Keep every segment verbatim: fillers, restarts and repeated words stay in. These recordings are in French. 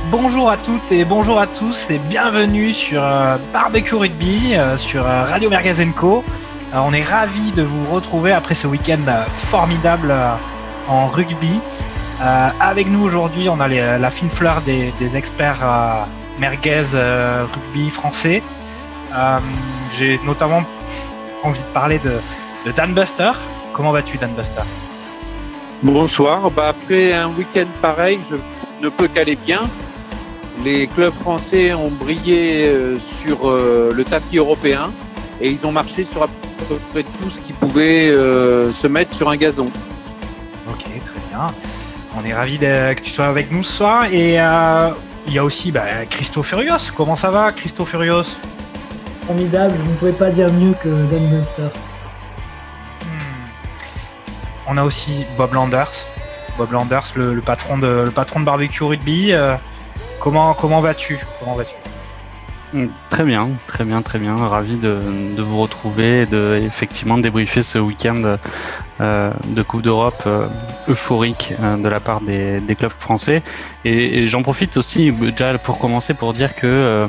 Bonjour à toutes et bonjour à tous et bienvenue sur euh, Barbecue Rugby, euh, sur euh, Radio Merguez and Co. Euh, on est ravis de vous retrouver après ce week-end euh, formidable euh, en rugby. Euh, avec nous aujourd'hui, on a les, la fine fleur des, des experts euh, merguez euh, rugby français. Euh, j'ai notamment envie de parler de, de Dan Buster. Comment vas-tu, Dan Buster ? Bonsoir. Bah, après un week-end pareil, je ne peux qu'aller bien. Les clubs français ont brillé euh, sur euh, le tapis européen et ils ont marché sur à peu près tout ce qui pouvait euh, se mettre sur un gazon. Ok, très bien. On est ravis de, que tu sois avec nous ce soir. Et euh, il y a aussi bah, Christo Furios. Comment ça va, Christo Furios ? Formidable, vous ne pouvez pas dire mieux que Dan Buster. Hmm. On a aussi Bob Landers. Bob Landers, le, le, patron, de, le patron de Barbecue Rugby. Euh, comment, comment vas-tu ? Comment vas-tu ? Très bien, très bien, très bien. Ravi de, de vous retrouver et de effectivement débriefer ce week-end euh, de Coupe d'Europe euh, euphorique euh, de la part des, des clubs français. Et, et j'en profite aussi déjà pour commencer pour dire que euh,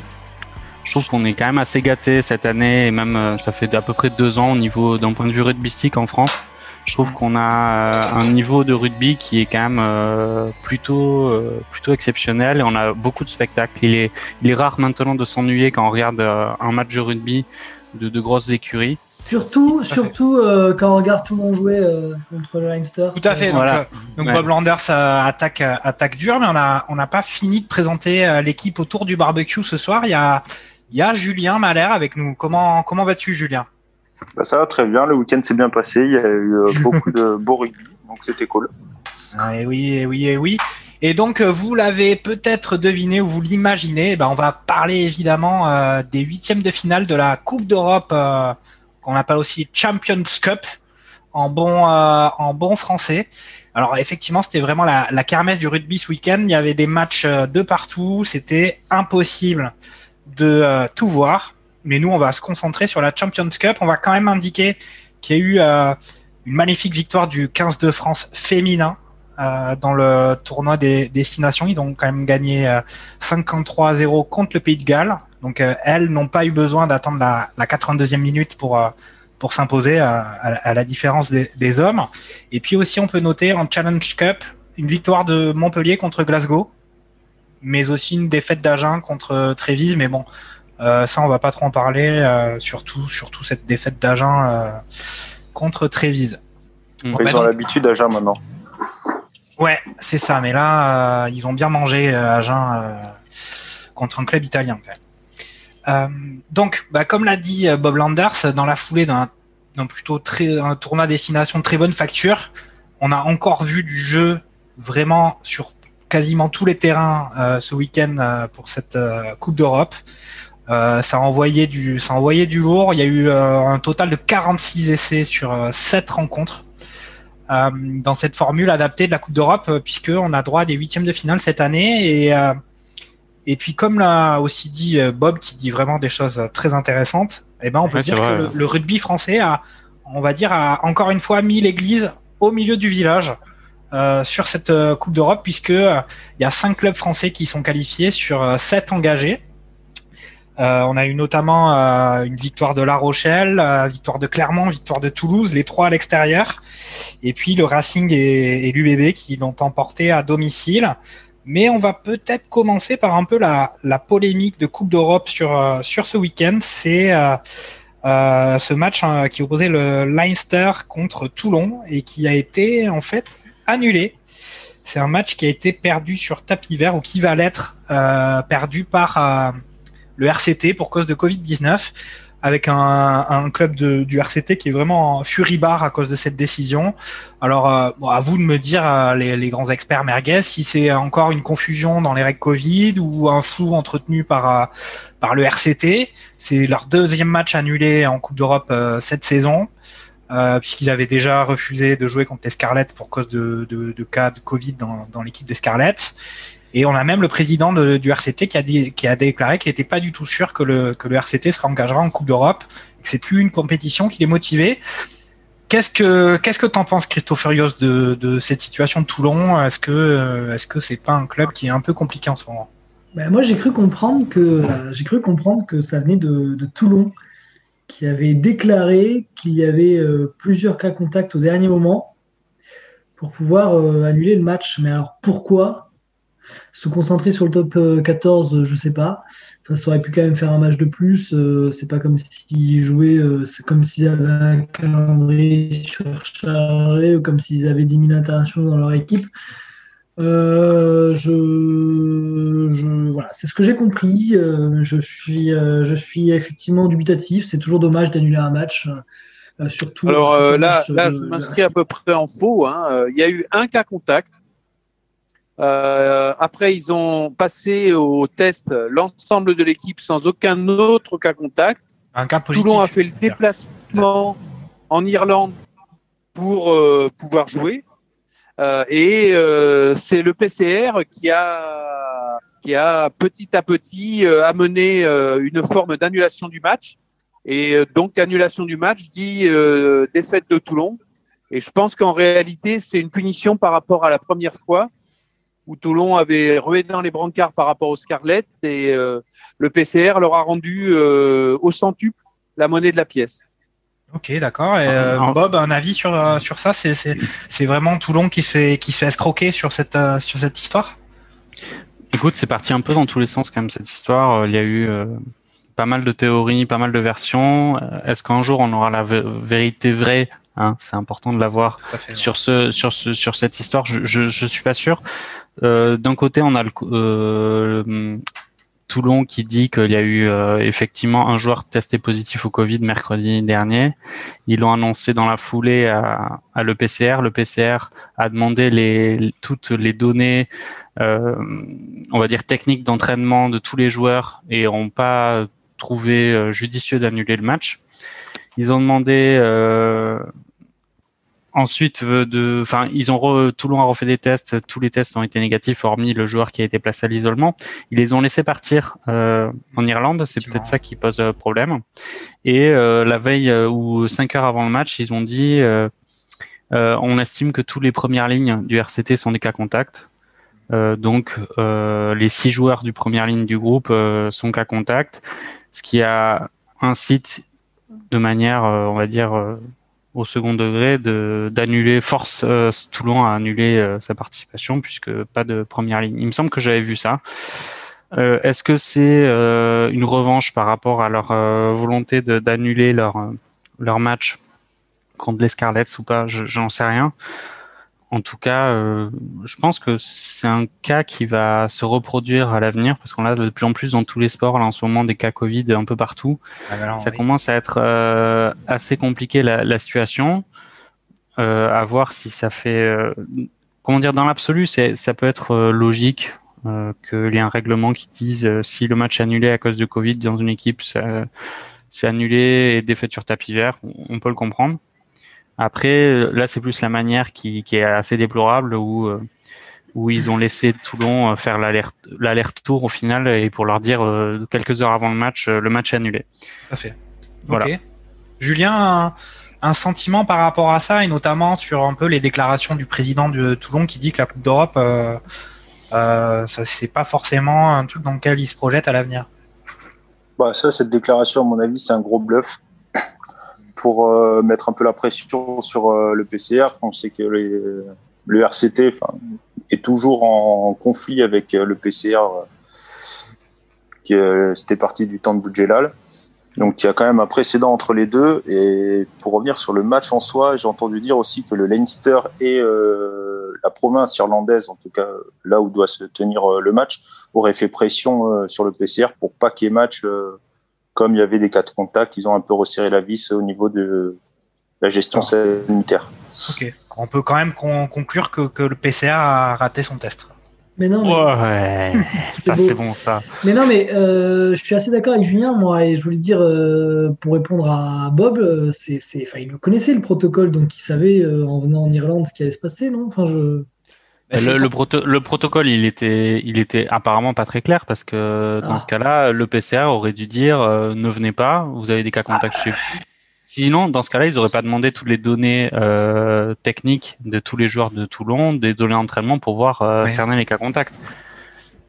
je trouve qu'on est quand même assez gâtés cette année et même euh, ça fait à peu près deux ans au niveau d'un point de vue rugbystique en France. Je trouve qu'on a un niveau de rugby qui est quand même euh, plutôt euh, plutôt exceptionnel et on a beaucoup de spectacles. Il est il est rare maintenant de s'ennuyer quand on regarde euh, un match de rugby de, de grosses écuries. Surtout surtout euh, quand on regarde Toulon jouer euh, contre le Leinster. Tout à fait. Donc, voilà. euh, donc Ouais. Bob Landers euh, attaque euh, attaque dur, mais on a on n'a pas fini de présenter euh, l'équipe autour du barbecue ce soir. Il y a il y a Julien Malher avec nous. Comment comment vas-tu, Julien ? Bah, ça va très bien, le week-end s'est bien passé, il y a eu euh, beaucoup de beaux rugby, donc c'était cool. Ah, et oui, et oui, et oui. Et donc, euh, vous l'avez peut-être deviné ou vous l'imaginez, ben, on va parler évidemment euh, des huitièmes de finale de la Coupe d'Europe, euh, qu'on appelle aussi Champions Cup, en bon, euh, en bon français. Alors, effectivement, c'était vraiment la, la kermesse du rugby ce week-end. Il y avait des matchs euh, de partout. C'était impossible de euh, tout voir. Mais nous, on va se concentrer sur la Champions Cup. On va quand même indiquer qu'il y a eu euh, une magnifique victoire du quinze de France féminin euh, dans le tournoi des destinations. Ils ont quand même gagné euh, cinquante-trois à zéro contre le Pays de Galles. Donc, euh, elles n'ont pas eu besoin d'attendre la, la quatre-vingt-deuxième minute pour, euh, pour s'imposer à, à, à la différence des, des hommes. Et puis aussi, on peut noter en Challenge Cup une victoire de Montpellier contre Glasgow, mais aussi une défaite d'Agen contre Trévise. Mais bon, Euh, ça, on va pas trop en parler, euh, surtout, surtout cette défaite d'Agen euh, contre Trévise. Mmh. Bon, Ils bah ont donc, l'habitude d'Agen maintenant. ouais, c'est ça. Mais là, euh, ils ont bien mangé euh, Agen euh, contre un club italien. En fait. Euh, donc, bah, comme l'a dit euh, Bob Landers, dans la foulée d'un, d'un plutôt très, un tournoi destination de très bonne facture, on a encore vu du jeu vraiment sur quasiment tous les terrains euh, ce week-end euh, pour cette euh, Coupe d'Europe. Euh, ça a envoyé du, ça a envoyé du lourd. Il y a eu euh, un total de quarante-six essais sur euh, sept rencontres euh, dans cette formule adaptée de la Coupe d'Europe, euh, puisque on a droit à des huitièmes de finale cette année. Et euh, et puis comme l'a aussi dit euh, Bob, qui dit vraiment des choses très intéressantes, eh ben on peut Ouais, dire c'est vrai, que le, ouais. le rugby français a, on va dire, a encore une fois mis l'église au milieu du village. Euh, sur cette euh, Coupe d'Europe, puisque euh, il y a cinq clubs français qui sont qualifiés sur euh, sept engagés. Euh, on a eu notamment euh, une victoire de La Rochelle, euh, victoire de Clermont, victoire de Toulouse, les trois à l'extérieur. Et puis le Racing et, et l'U B B qui l'ont emporté à domicile. Mais on va peut-être commencer par un peu la, la polémique de Coupe d'Europe sur, euh, sur ce week-end. C'est euh, euh, ce match euh, qui opposait le Leinster contre Toulon et qui a été en fait annulé. C'est un match qui a été perdu sur tapis vert ou qui va l'être euh, perdu par euh, le R C T pour cause de covid dix-neuf, avec un, un club de, du R C T qui est vraiment furibard à cause de cette décision. Alors, euh, bon, à vous de me dire, euh, les, les grands experts merguez, si c'est encore une confusion dans les règles Covid ou un flou entretenu par, euh, par le R C T. C'est leur deuxième match annulé en Coupe d'Europe euh, cette saison. Euh, puisqu'ils avaient déjà refusé de jouer contre les Scarlets pour cause de, de, de cas de Covid dans, dans l'équipe des Scarlets. Et on a même le président de, du R C T qui a, dit, qui a déclaré qu'il n'était pas du tout sûr que le, que le R C T se engagera en Coupe d'Europe, et que c'est plus une compétition qui les motivait. Qu'est-ce que qu'est-ce que t'en penses, Christo Furios, de, de cette situation de Toulon ? Est-ce que est-ce que c'est pas un club qui est un peu compliqué en ce moment ? Bah, moi, j'ai cru comprendre que euh, j'ai cru comprendre que ça venait de, de Toulon, qui avait déclaré qu'il y avait euh, plusieurs cas contacts au dernier moment pour pouvoir euh, annuler le match. Mais alors pourquoi? Se concentrer sur le top euh, quatorze, je sais pas. Enfin, ça aurait pu quand même faire un match de plus. Euh, c'est pas comme s'ils jouaient, euh, c'est comme s'ils avaient un calendrier surchargé ou comme s'ils avaient dix mille internationaux dans leur équipe. Euh, je, je, voilà, c'est ce que j'ai compris. Euh, je suis, euh, je suis effectivement dubitatif. C'est toujours dommage d'annuler un match, euh, surtout. Alors surtout euh, un là, match là, de- je m'inscris à peu près en faux. Hein. Euh, Il y a eu un cas contact. Euh, après, ils ont passé au test l'ensemble de l'équipe sans aucun autre cas contact. Un cas positif. Toulon a fait le je veux dire. déplacement en Irlande pour euh, pouvoir jouer. Euh, et euh, c'est le P C R qui a, qui a petit à petit euh, amené euh, une forme d'annulation du match. Et euh, donc, annulation du match dit euh, défaite de Toulon. Et je pense qu'en réalité, c'est une punition par rapport à la première fois où Toulon avait rué dans les brancards par rapport aux Scarlett et euh, le P C R leur a rendu euh, au centuple la monnaie de la pièce. Ok, d'accord. Et, euh, Alors- Bob, un avis sur, euh, sur ça? C'est, c'est, c'est vraiment Toulon qui se fait, qui se fait escroquer sur cette, euh, sur cette histoire? Écoute, c'est parti un peu dans tous les sens quand même cette histoire. Il y a eu euh, pas mal de théories, pas mal de versions. Euh, Est-ce qu'un jour on aura la vé- vérité vraie, hein, c'est important de l'avoir Tout à fait. sur ce, sur ce, sur cette histoire. Je, je, je suis pas sûr. Euh, d'un côté, on a le, euh, Toulon qui dit qu'il y a eu euh, effectivement un joueur testé positif au Covid mercredi dernier. Ils l'ont annoncé dans la foulée à, à l'E P C R. Le P C R a demandé les, toutes les données, euh, on va dire techniques d'entraînement de tous les joueurs et n'ont pas trouvé euh, judicieux d'annuler le match. Ils ont demandé euh, ensuite de, enfin, ils ont re, Toulon a refait des tests. Tous les tests ont été négatifs, hormis le joueur qui a été placé à l'isolement. Ils les ont laissés partir euh, en Irlande. C'est peut-être ça qui pose euh, problème. Et euh, la veille euh, ou cinq heures avant le match, ils ont dit, euh, euh, on estime que tous les premières lignes du R C T sont des cas contacts. Euh, donc, euh, les six joueurs du première ligne du groupe euh, sont cas contacts, ce qui a incite de manière, euh, on va dire. Euh, au second degré de d'annuler force euh, Toulon à annuler euh, sa participation puisque pas de première ligne. Il me semble que j'avais vu ça. Euh, est-ce que c'est euh, une revanche par rapport à leur euh, volonté de d'annuler leur euh, leur match contre les Scarlets ou pas? Je, j'en sais rien. En tout cas, euh, je pense que c'est un cas qui va se reproduire à l'avenir parce qu'on a de plus en plus dans tous les sports là en ce moment des cas Covid un peu partout. Ah, ben alors, Ça oui. commence à être euh, assez compliqué la, la situation. Euh, à voir si ça fait. Euh, comment dire, dans l'absolu, c'est, ça peut être euh, logique euh, qu'il y ait un règlement qui dise euh, si le match est annulé à cause de Covid dans une équipe, ça, c'est annulé et défaite sur tapis vert. On, on peut le comprendre. Après, là, c'est plus la manière qui, qui est assez déplorable où. Euh, où ils ont laissé Toulon faire l'aller, l'aller-retour au final et pour leur dire euh, quelques heures avant le match, euh, le match est annulé. Tout à fait. Voilà. Ok. Julien, un, un sentiment par rapport à ça et notamment sur un peu les déclarations du président de Toulon qui dit que la Coupe d'Europe, euh, euh, ça c'est pas forcément un truc dans lequel il se projette à l'avenir. Bah ça, cette déclaration, à mon avis, c'est un gros bluff pour euh, mettre un peu la pression sur euh, le P C R. On sait que les, le R C T, enfin, est toujours en conflit avec le P C R, qui euh, c'était parti du temps de Boudjelal. Donc il y a quand même un précédent entre les deux. Et pour revenir sur le match en soi, j'ai entendu dire aussi que le Leinster et euh, la province irlandaise, en tout cas là où doit se tenir euh, le match, auraient fait pression euh, sur le P C R pour pas qu'il y ait match. Euh, comme il y avait des cas de contact, ils ont un peu resserré la vis au niveau de la gestion sanitaire. Ok. On peut quand même con- conclure que, que le P C R a raté son test. Mais non, mais, Ouais, ça beau. c'est bon ça. mais non, mais euh, je suis assez d'accord avec Julien, moi, et je voulais dire, euh, pour répondre à Bob, euh, c'est, c'est, enfin, il le connaissait le protocole, donc il savait euh, en venant en Irlande ce qui allait se passer, non? Enfin, je... Bah, c'est Le, le, pour- proto- le protocole, il était, il était apparemment pas très clair parce que dans Ah. ce cas-là, le P C R aurait dû dire euh, ne venez pas, vous avez des cas contacts chez vous. Sinon, dans ce cas-là, ils auraient pas demandé toutes les données euh, techniques de tous les joueurs de Toulon, des données d'entraînement pour voir euh, Ouais. cerner les cas contacts.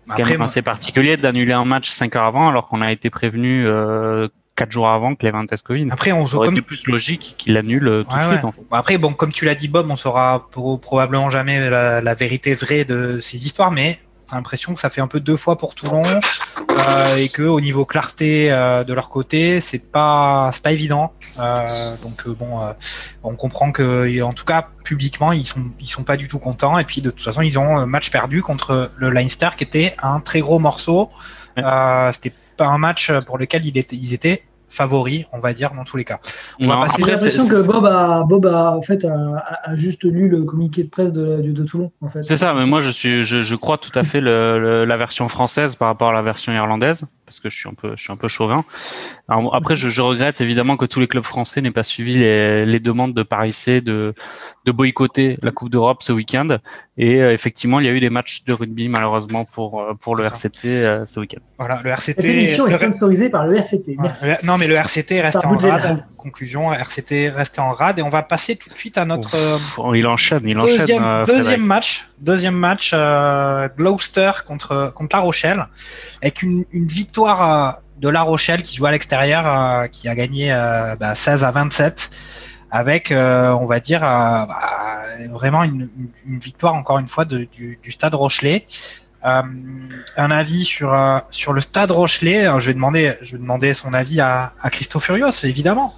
C'est quand même assez particulier d'annuler un match cinq heures avant alors qu'on a été prévenu euh, quatre jours avant que Levin teste Covid. Après, on ça aurait été plus logique qu'il annule euh, tout ouais, de ouais. suite. En fait. Après, bon, comme tu l'as dit, Bob, on saura pro- probablement jamais la, la vérité vraie de ces histoires, mais j'ai l'impression que ça fait un peu deux fois pour Toulon euh, et que au niveau clarté euh, de leur côté, c'est pas c'est pas évident. Euh, donc euh, bon, euh, on comprend que en tout cas publiquement, ils sont ils sont pas du tout contents. Et puis de toute façon, ils ont un match perdu contre le Leinster qui était un très gros morceau. Ouais. Euh, c'était pas un match pour lequel ils étaient ils étaient favoris, on va dire, dans tous les cas. On non, va passer. J'ai l'impression que Bob a, Bob a, en fait, a, a juste lu le communiqué de presse de, de, de Toulon. En fait. C'est ça, mais moi, je, suis, je, je crois tout à fait le, le, la version française par rapport à la version irlandaise, parce que je suis un peu, je suis un peu chauvin. Alors, après, je, je regrette évidemment que tous les clubs français n'aient pas suivi les, les demandes de Paris C de, de boycotter la Coupe d'Europe ce week-end. Et euh, effectivement, il y a eu des matchs de rugby, malheureusement, pour, pour le R C T euh, ce week-end. Voilà, le R C T. Cette émission est sponsorisée par le R C T. Merci. Ouais, non, mais le R C T restait en rade. Conclusion, R C T restait en rade. Et on va passer tout de suite à notre. Ouf, euh, il enchaîne, il deuxième, enchaîne. Euh, deuxième match. Deuxième match, euh, Gloucester contre, contre La Rochelle. Avec une, une victoire euh, de La Rochelle qui joue à l'extérieur, euh, qui a gagné euh, bah, seize à vingt-sept. Avec, euh, on va dire, euh, bah, vraiment une, une victoire, encore une fois, de, du, du Stade Rochelais. Euh, un avis sur, euh, sur le Stade Rochelais. Alors, je vais demander, je vais demander son avis à, à Christo Furios, évidemment.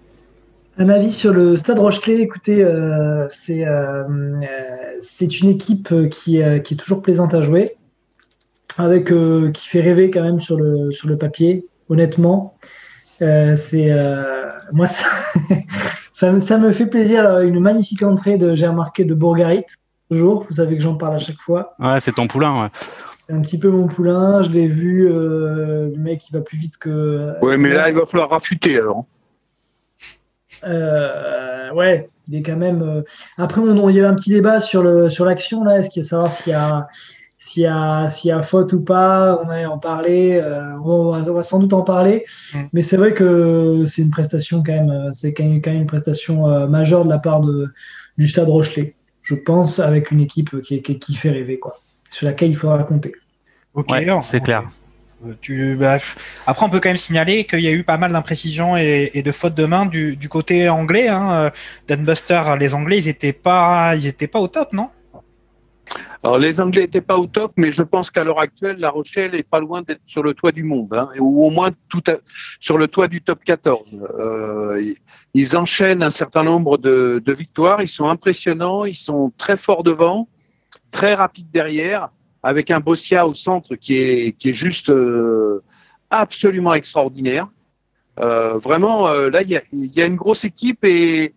Un avis sur le Stade Rochelais. Écoutez, euh, c'est, euh, c'est une équipe qui, euh, qui est toujours plaisante à jouer, avec, euh, qui fait rêver quand même sur le, sur le papier, honnêtement. Euh, c'est, euh, moi, ça, ça, me, ça me fait plaisir. Une magnifique entrée de, j'ai remarqué, de Bourgarit. Toujours, vous savez que j'en parle à chaque fois. Ouais, c'est ton poulain, ouais. C'est un petit peu mon poulain, je l'ai vu, euh, le mec il va plus vite que. Ouais, mais là il va falloir rafuter alors. Euh, ouais, il est quand même. Euh... Après, on, on, il y avait un petit débat sur, le, sur l'action là, est-ce qu'il y a savoir s'il y a, s'il y a, s'il y a faute ou pas, on allait en parler, euh, on, va, on va sans doute en parler, mmh. mais c'est vrai que c'est une prestation quand même, c'est quand même, quand même une prestation euh, majeure de la part de, du Stade Rochelais. Je pense, avec une équipe qui, qui, qui fait rêver, quoi, sur laquelle il faudra compter. Ok, ouais, c'est okay. clair. Tu, bah, après, on peut quand même signaler qu'il y a eu pas mal d'imprécisions et, et de fautes de main du, du côté anglais. Hein. Dan Buster, les Anglais, ils étaient pas, ils étaient pas au top, non? Alors, les Anglais n'étaient pas au top, mais je pense qu'à l'heure actuelle, La Rochelle est pas loin d'être sur le toit du monde, hein, ou au moins tout à, sur le toit du top quatorze. Euh, ils enchaînent un certain nombre de, de victoires, ils sont impressionnants, ils sont très forts devant, très rapides derrière, avec un Bossia au centre qui est, qui est juste euh, absolument extraordinaire. Euh, vraiment, euh, là, il y a, y a une grosse équipe et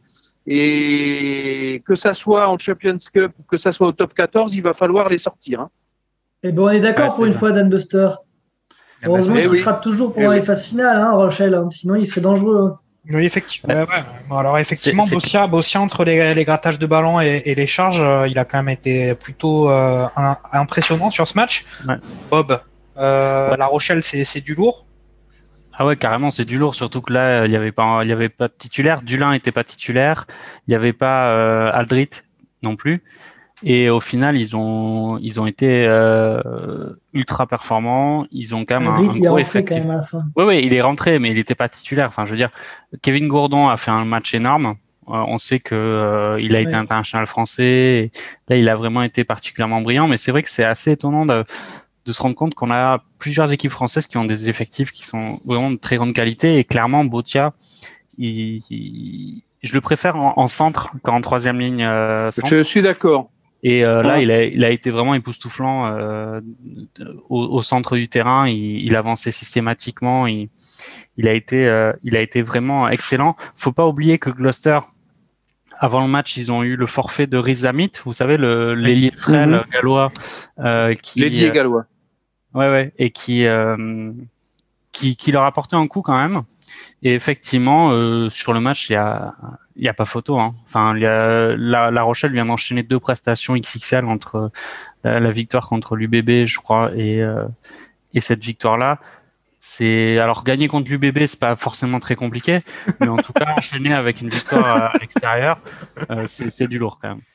Et que ça soit en Champions Cup ou que ça soit au top quatorze, il va falloir les sortir. Hein. Et bon, on est d'accord ouais, pour une bien. fois, Dan Buster. Heureusement qu'il oui. se rattrape toujours pour les oui. phases finales, hein, Rochelle. Hein, sinon, il serait dangereux. Hein. Oui, effectivement. Ouais. Ouais. Bon, alors, effectivement, c'est, Bossia, c'est... Bossia, entre les, les grattages de ballon et, et les charges, euh, il a quand même été plutôt euh, un, impressionnant sur ce match. Ouais. Bob, euh, ouais. La Rochelle, c'est, c'est du lourd. Ah ouais, carrément, c'est du lourd, surtout que là, il y avait pas, il y avait pas de titulaire. Dulin était pas titulaire. Il y avait pas euh, Aldrit non plus. Et au final, ils ont, ils ont été euh, ultra performants. Ils ont quand même Aldrit, un, un il gros est effectif. Quand même à la fin. Oui, oui, il est rentré, mais il n'était pas titulaire. Enfin, je veux dire, Kevin Gourdon a fait un match énorme. Euh, on sait que euh, il a ouais. été international français. Et là, il a vraiment été particulièrement brillant. Mais c'est vrai que c'est assez étonnant de de se rendre compte qu'on a plusieurs équipes françaises qui ont des effectifs qui sont vraiment de très grande qualité et clairement Botia, il, il, je le préfère en, en centre qu'en troisième ligne. Euh, centre. Je suis d'accord. Et euh, là, ouais. il, a, il a été vraiment époustouflant euh, au, au centre du terrain. Il, il avançait systématiquement. Il, il a été, euh, il a été vraiment excellent. Faut pas oublier que Gloucester, avant le match, ils ont eu le forfait de Riz Zamit, vous savez, le l'ailier frêle mm-hmm. gallois, euh, qui l'ailier gallois. Ouais, ouais, et qui, euh, qui, qui leur a porté un coup quand même. Et effectivement, euh, sur le match, il y a, il y a pas photo. Hein. Enfin, il y a, la, la Rochelle vient d'enchaîner deux prestations X X L entre la, la victoire contre l'U B B, je crois, et, euh, et cette victoire-là. C'est alors gagner contre l'U B B, c'est pas forcément très compliqué, mais en tout cas enchaîner avec une victoire à l'extérieur, euh, c'est, c'est du lourd quand même.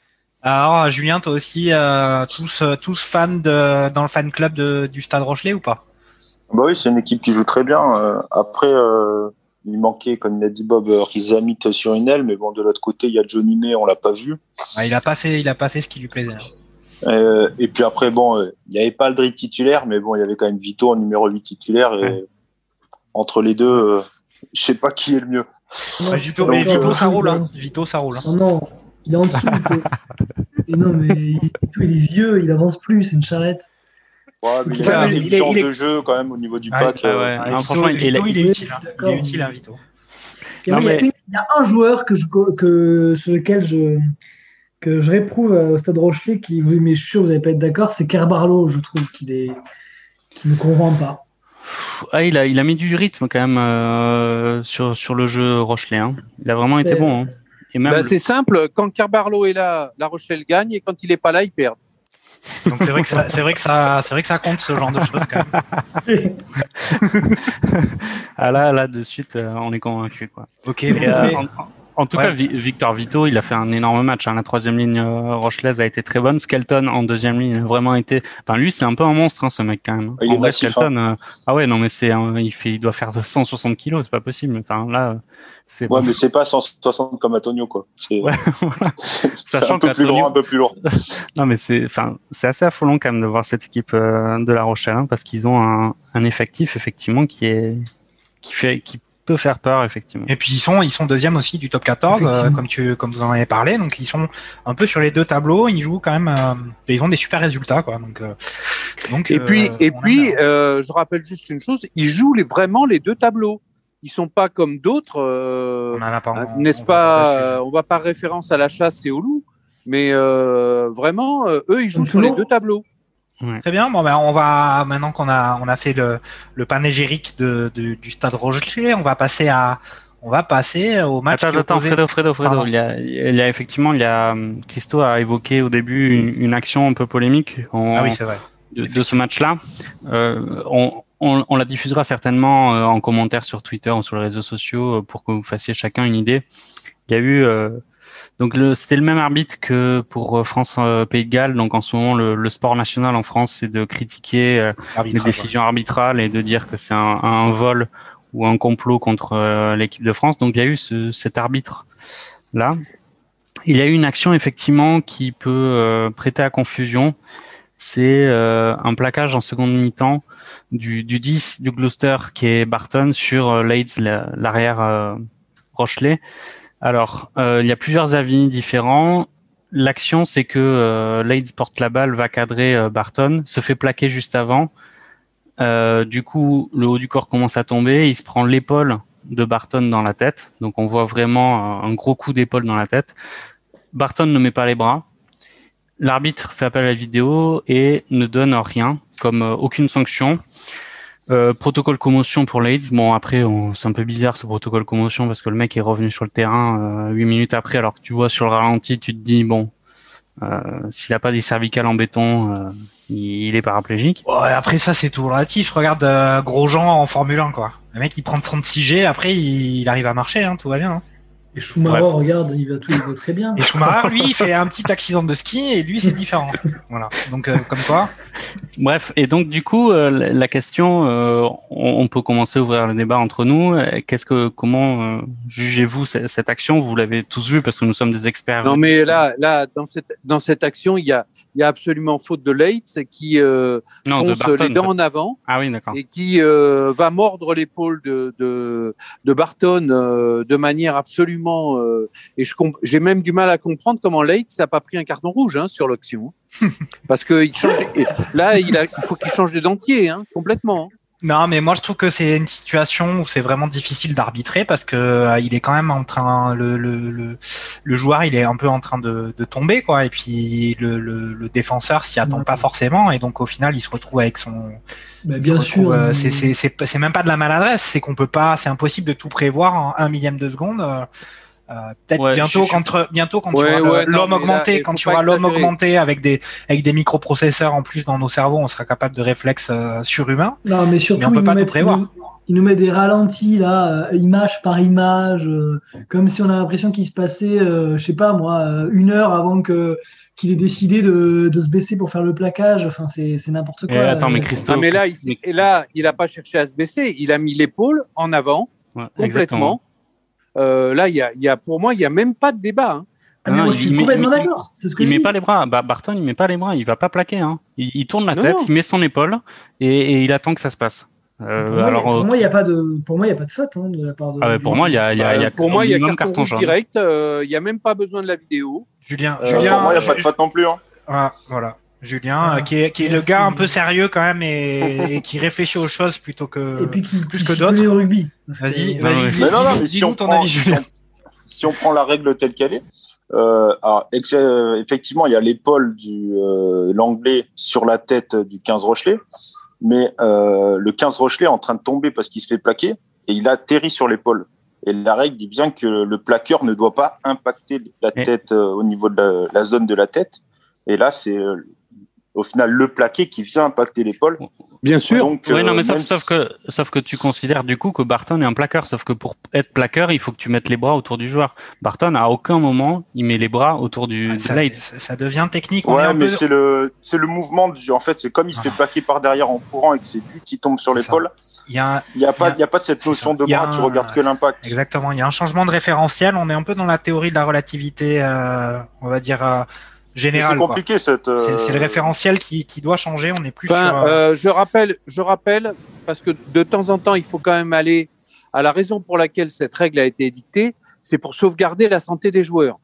Alors, Julien, toi aussi, euh, tous, tous fans de, dans le fan club de, du Stade Rochelais ou pas? Bah oui, c'est une équipe qui joue très bien. Euh, après, euh, il manquait, comme il a dit Bob, Rizamit sur une aile, mais bon, de l'autre côté, il y a Johnny May, on l'a pas vu. Ah, il a pas fait, il a pas fait ce qui lui plaisait. Euh, et puis après, bon, il euh, n'y avait pas le Aldrit titulaire, mais bon, il y avait quand même Vito en numéro huit titulaire. Et ouais. Entre les deux, euh, je sais pas qui est le mieux. Non, ouais, Vito, mais Vito, ça roule. Hein. Vito, ça roule. Hein. Oh non, il est en dessous. Et non, mais Vito, il est vieux, il avance plus, c'est une charrette. Ouais, mais il a une intelligence de jeu quand même au niveau du pack. Ah, ouais. ah, non, franchement, Vito, il, il est utile. Hein. Il est utile, hein, Vito. Non, mais... Il y a un joueur que je, que, sur lequel je, que je réprouve au Stade Rochelais, qui, mais je suis sûr que vous n'allez pas être d'accord, c'est Kerbarlo, je trouve qu'il est, qui ne convainc pas. Ah, il a, il a mis du rythme quand même euh, sur, sur le jeu Rochelais. Hein. Il a vraiment été c'est... bon. Hein. Et même bah, le... C'est simple, quand Kerbarlo est là, La Rochelle gagne, et quand il n'est pas là, il perd. Donc c'est vrai que ça, c'est vrai que ça, c'est vrai que ça compte ce genre de choses quand même. Ah là, là de suite, euh, on est convaincu quoi. Ok. Et, euh, en, en tout ouais. cas, Vi- Victor Vito, il a fait un énorme match. Hein. La troisième ligne euh, rochelaise a été très bonne. Skelton en deuxième ligne a vraiment été. Enfin, lui, c'est un peu un monstre, hein, ce mec quand même. Il en est vrai, massif, Skelton. hein. Euh... Ah ouais, non, mais c'est, un... il fait, il doit faire cent soixante kilos, c'est pas possible. Enfin là, c'est. Ouais, mais c'est pas cent soixante comme Antonio, quoi. C'est, ouais, voilà. c'est, c'est un peu plus grand, un peu plus lourd. Non, mais c'est, enfin, c'est assez affolant quand même de voir cette équipe euh, de La Rochelle, hein, parce qu'ils ont un, un effectif effectivement qui est, qui fait, qui peut faire peur effectivement. Et puis ils sont, ils sont deuxième aussi du top quatorze, euh, comme tu, comme vous en avez parlé. Donc ils sont un peu sur les deux tableaux. Ils jouent quand même, euh, ils ont des super résultats, quoi. Donc, euh, donc. Et puis, euh, et puis, euh, je rappelle juste une chose, ils jouent les, vraiment les deux tableaux. Ils sont pas comme d'autres, euh, on en a pas, hein, on, n'est-ce on pas pas On va pas référence à la chasse et au loup, mais euh, vraiment, euh, eux, ils jouent sur les deux tableaux. Ouais. Très bien. Bon, ben, on va maintenant qu'on a on a fait le le panégyrique de, de du Stade Rochelais, on va passer à on va passer au match. Attends, qui attends, opposait... Fredo, Fredo, Fredo. Il y a, il y a effectivement, il y a Christo a évoqué au début une, une action un peu polémique en, ah oui, c'est vrai. De, de ce match-là. Euh, on, on, on la diffusera certainement euh, en commentaire sur Twitter ou sur les réseaux sociaux pour que vous fassiez chacun une idée. Il y a eu euh, donc le, c'était le même arbitre que pour France euh, Pays de Galles. Donc en ce moment, le, le sport national en France, c'est de critiquer euh, les décisions ouais. arbitrales et de dire que c'est un, un vol ou un complot contre euh, l'équipe de France. Donc il y a eu ce, cet arbitre là. Il y a eu une action effectivement qui peut euh, prêter à confusion. C'est euh, un plaquage en seconde mi-temps du, du dix du Gloucester qui est Barton sur euh, Leeds, l'arrière euh, Rochelais. Alors, euh, il y a plusieurs avis différents. L'action, c'est que euh, Leeds porte la balle, va cadrer euh, Barton, se fait plaquer juste avant. Euh, du coup, le haut du corps commence à tomber. Il se prend l'épaule de Barton dans la tête. Donc, on voit vraiment un gros coup d'épaule dans la tête. Barton ne met pas les bras. L'arbitre fait appel à la vidéo et ne donne rien, comme euh, aucune sanction. Euh, protocole commotion pour Leeds. Bon, après, on, c'est un peu bizarre ce protocole commotion parce que le mec est revenu sur le terrain huit euh, minutes après, alors que tu vois sur le ralenti, tu te dis, bon, euh, s'il n'a pas des cervicales en béton, euh, il, il est paraplégique. Ouais, après ça, c'est tout relatif. Regarde euh, Grosjean en Formule un, quoi. Le mec, il prend trente-six G, après, il, il arrive à marcher, hein, tout va bien. Hein. Et Schumacher, ouais. regarde, il va tout, il va très bien. Et Schumacher, lui, il fait un petit accident de ski et lui, c'est différent. Voilà. Donc, euh, comme quoi. Bref, et donc du coup, euh, la question, euh, on, on peut commencer à ouvrir le débat entre nous. Qu'est-ce que, comment euh, jugez-vous cette, cette action ? Vous l'avez tous vu parce que nous sommes des experts. Non, mais là, là, dans cette dans cette action, il y a il y a absolument faute de Leeds qui euh, non, fonce de Barton, les dents en avant. Ah oui, d'accord. Et qui euh, va mordre l'épaule de de, de Barton euh, de manière absolument. Euh, et je comp- j'ai même du mal à comprendre comment Leeds n'a pas pris un carton rouge hein, sur l'action. Parce que il change. Là, il, a, il faut qu'il change de dentier, hein, complètement. Non, mais moi je trouve que c'est une situation où c'est vraiment difficile d'arbitrer parce que euh, il est quand même en train, le le le, le joueur, il est un peu en train de, de tomber quoi, et puis le le, le défenseur s'y attend ouais. pas forcément, et donc au final il se retrouve avec son. Bah, bien retrouve, sûr. Euh, c'est c'est c'est c'est même pas de la maladresse, c'est qu'on peut pas, c'est impossible de tout prévoir en un millième de seconde. Euh, Euh, peut-être ouais, bientôt, je, quand, je... bientôt quand ouais, tu vois ouais, l'homme non, augmenté, là, quand tu vois l'homme augmenté avec des avec des microprocesseurs en plus dans nos cerveaux, on sera capable de réflexes euh, surhumains. Non, mais surtout mais on peut pas mettent, tout prévoir. il nous met des ralentis là, euh, image par image, euh, comme si on a l'impression qu'il se passait, euh, je sais pas moi, euh, une heure avant que qu'il ait décidé de, de se baisser pour faire le plaquage. Enfin, c'est, c'est n'importe quoi. Et attends, mais Christophe. Ah, mais là, il, et là, il a pas cherché à se baisser. Il a mis l'épaule en avant, Ouais, complètement. Euh, là, il y a, il y a, pour moi, il y a même pas de débat. Hein. Ah, mais Non, moi, il je suis met- complètement il- d'accord. C'est ce que Il je met dis. pas les bras. Bah, Barton, il met pas les bras. Il va pas plaquer. Hein. Il, il tourne la Non, tête, non. il met son épaule et, et il attend que ça se passe. Euh, Pour moi, alors, pour euh, moi, il n'y a pas de, pour moi, il y a pas de faute hein, de la part de. ah ouais, pour moi, il y a, il y a, il y a Bah, pour moi, il y a minimum carton, rouge jaune. direct. Euh, il y a même pas besoin de la vidéo. Julien, Euh, Julien, pour moi, il n'y a pas de Ju- faute non plus. Hein. Ah, voilà. Julien, Ah, euh, qui est, qui est le merci. gars un peu sérieux quand même et, et qui réfléchit aux choses plutôt que. Et puis qui, plus qui que s'y d'autres. connaît au rugby. Parce que- Vas-y, Non, vas-y. mais- dis- Mais non, non, dis- mais si dis-nous on, ton prend, avis, si, Julien. on, si on prend la règle telle qu'elle est, euh, alors, ex- euh, effectivement, il y a l'épaule du euh, l'anglais sur la tête du quinze Rochelet, mais euh, le quinze Rochelet est en train de tomber parce qu'il se fait plaquer et il atterrit sur l'épaule. Et la règle dit bien que le plaqueur ne doit pas impacter la Et- tête euh, au niveau de la, la zone de la tête. Et là, c'est euh, au final le plaqué qui vient impacter l'épaule. Bien sûr. Donc, Oui, non, mais euh, sauf, même sauf si- que, sauf que tu considères du coup que Barton est un plaqueur. Sauf que pour être plaqueur, il faut que tu mettes les bras autour du joueur. Barton, à aucun moment, il met les bras autour du Ah, du ça, blade. ça- ça devient technique. On est Ouais, un mais peu- c'est le c'est le mouvement du. En fait, c'est comme il se fait Ah. plaquer par derrière en courant et que c'est lui qui tombe sur C'est ça. l'épaule. Il y a un- Il n'y a pas Il y a- il y a pas de cette c'est notion ça. de Il y a bras. Tu un- regardes que l'impact. Exactement. Il y a un changement de référentiel. On est un peu dans la théorie de la relativité, euh, on va dire euh, Mais générale. c'est quoi. compliqué cette. euh, C'est c'est le référentiel qui, qui doit changer. On n'est plus Enfin, sur. euh, euh, je rappelle, je rappelle, parce que de temps en temps, il faut quand même aller à la raison pour laquelle cette règle a été édictée, c'est pour sauvegarder la santé des joueurs.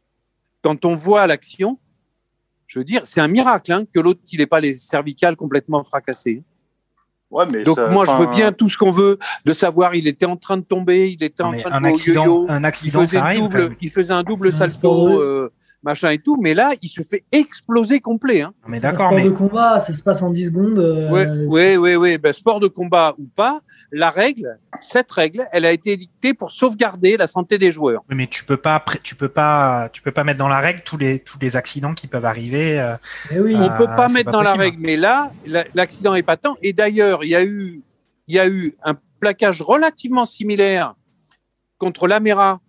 Quand on voit l'action, je veux dire, c'est un miracle hein, que l'autre il n'ait pas les cervicales complètement fracassées. Ouais, mais Donc ça- moi, je enfin, veux bien tout ce qu'on veut de savoir. Il était en train de tomber, il était en mais train de un jouer au accident, yo-yo. un Il accident, faisait, ça le arrive. quand double, même. il faisait un double C'est un sport salto, de- euh, machin et tout, mais là, il se fait exploser complet. Hein. Mais C'est un d'accord, sport mais de combat, ça se passe en dix secondes. euh, Oui, c'est- oui, oui, oui. Ben, sport de combat ou pas, la règle, cette règle, elle a été édictée pour sauvegarder la santé des joueurs. Oui, mais tu peux pas, pré- tu peux pas, tu peux pas mettre dans la règle tous les tous les accidents qui peuvent arriver. euh, Eh oui. Ah, On peut pas c'est mettre pas dans la possible. règle, mais là, la- l'accident est patent. Et d'ailleurs, il y a eu, il y a eu un plaquage relativement similaire contre l'Amera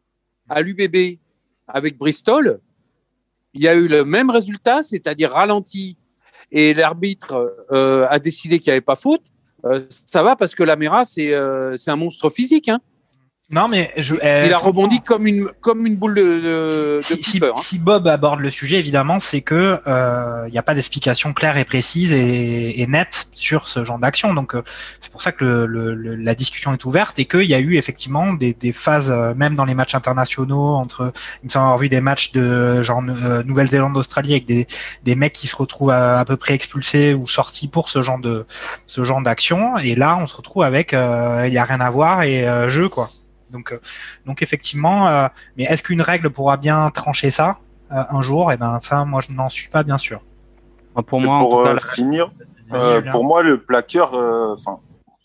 à l'U B B avec Bristol. Il y a eu le même résultat, c'est-à-dire ralenti, et l'arbitre euh, a décidé qu'il n'y avait pas faute. Euh, ça va parce que l'Amera, c'est euh, c'est un monstre physique. Hein. Non, mais je, Il eh, a franchement, rebondi comme une, comme une boule de, de, Si, de si, flipper, hein. si Bob aborde le sujet, évidemment, c'est que il n'y a pas d'explication claire et précise et, et nette sur ce genre d'action. Donc, euh, c'est pour ça que le, le, le- la discussion est ouverte et qu'il y a eu effectivement des, des phases, euh, même dans les matchs internationaux, entre, il me semble avoir vu des matchs de genre euh, Nouvelle-Zélande, Australie, avec des, des mecs qui se retrouvent à, à peu près expulsés ou sortis pour ce genre de ce genre d'action. Et là, on se retrouve avec, euh, il y a rien à voir et euh, jeu quoi. Donc, euh, donc effectivement, euh, mais est-ce qu'une règle pourra bien trancher ça euh, un jour? Eh ben, ça, moi, je n'en suis pas bien sûr. Pour Et moi, en pour tout cas, euh, la- finir, Vas-y, euh, Julien. pour moi, le plaqueur, euh, enfin,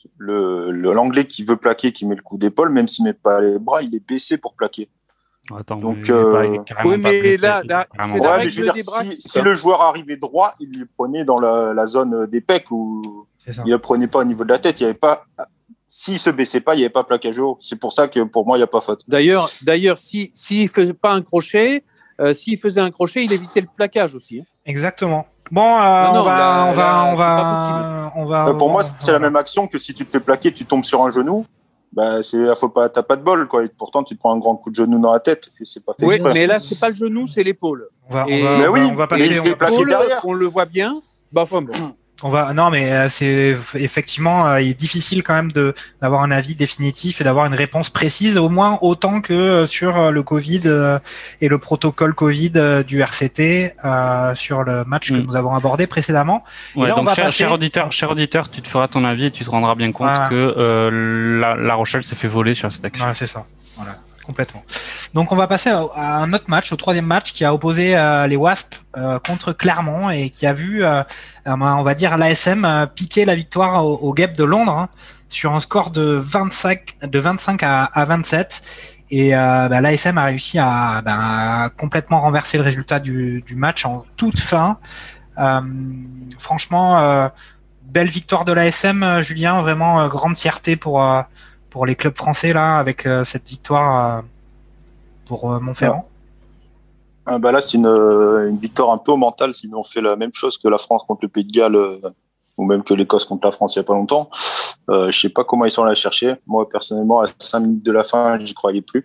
le le- l'anglais qui veut plaquer, qui met le coup d'épaule, même s'il met pas les bras, il est baissé pour plaquer. Attends, Donc, mais il est pas- il est euh, carrément oui, pas mais blessé, là- il est là, carrément c'est pas la Ouais, règle mais je veux dire, des bras, si, c'est si ça. le joueur arrivait droit, il le prenait dans la, la zone des pecs ou C'est ça. il le prenait pas au niveau de la tête. Il y avait pas. S'il se baissait pas, il n'y avait pas plaquage haut. C'est pour ça que pour moi, il n'y a pas faute. D'ailleurs, d'ailleurs, si s'il faisait pas un crochet, euh, s'il faisait un crochet, il évitait le plaquage aussi. hein. Exactement. Bon, euh, Non, non, on va, là- on va, là, on c'est va, pas on va. Euh, pour moi, on- c'est la même action que si tu te fais plaquer, tu tombes sur un genou. Bah, c'est, faut pas, t'as pas de bol, quoi. Et pourtant, tu te prends un grand coup de genou dans la tête. Et c'est pas fait Oui, exprès. mais là, c'est pas le genou, c'est l'épaule. On va, on Et- va, Mais on oui, va, on va mais passer. il se on fait va- plaquer L'épaule, derrière. on le voit bien. Bah, enfin bon. On va, non, mais euh, c'est effectivement, euh, il est difficile quand même de d'avoir un avis définitif et d'avoir une réponse précise, au moins autant que euh, sur euh, le Covid euh, et le protocole Covid euh, du R C T euh, sur le match que Mm. nous avons abordé précédemment. Ouais, Et là, on donc va cher, passer- cher auditeur, cher auditeur, tu te feras ton avis et tu te rendras bien compte Voilà. que euh, la, la Rochelle s'est fait voler sur cette action. Ouais, c'est ça. Voilà, complètement. Donc on va passer à, à un autre match, au troisième match qui a opposé euh, les Wasps euh, contre Clermont et qui a vu, euh, euh, on va dire, l'A S M euh, piquer la victoire au, au Guêpes de Londres hein, sur un score de vingt-cinq, de vingt-cinq à, à vingt-sept. Et euh, bah, l'A S M a réussi à, bah, à complètement renverser le résultat du, du match en toute fin. Euh, franchement, euh, belle victoire de l'A S M, Julien, vraiment euh, grande fierté pour, euh, pour les clubs français là, avec euh, cette victoire euh, pour euh, Montferrand. Ah, bah là, c'est une, une victoire un peu au mental, sinon on fait la même chose que la France contre le Pays de Galles, euh, ou même que l'Écosse contre la France il n'y a pas longtemps. Euh, je sais pas comment ils sont allés la chercher. Moi, personnellement, à cinq minutes de la fin, j'y croyais plus.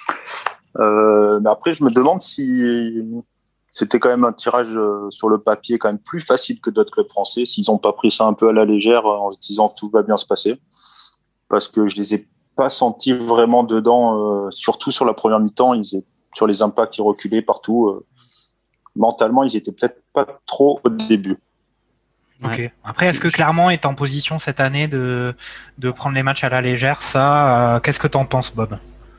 Euh, mais après, je me demande si c'était quand même un tirage sur le papier quand même plus facile que d'autres clubs français, s'ils n'ont pas pris ça un peu à la légère en se disant que tout va bien se passer. Parce que je les ai pas sentis vraiment dedans, euh, surtout sur la première mi-temps, ils étaient, sur les impacts, ils reculaient partout. Euh, mentalement, ils étaient peut-être pas trop au début. Ok. Ouais. Après, est-ce que Clermont est en position cette année de, de prendre les matchs à la légère? Ça, euh, qu'est-ce que t'en penses, Bob?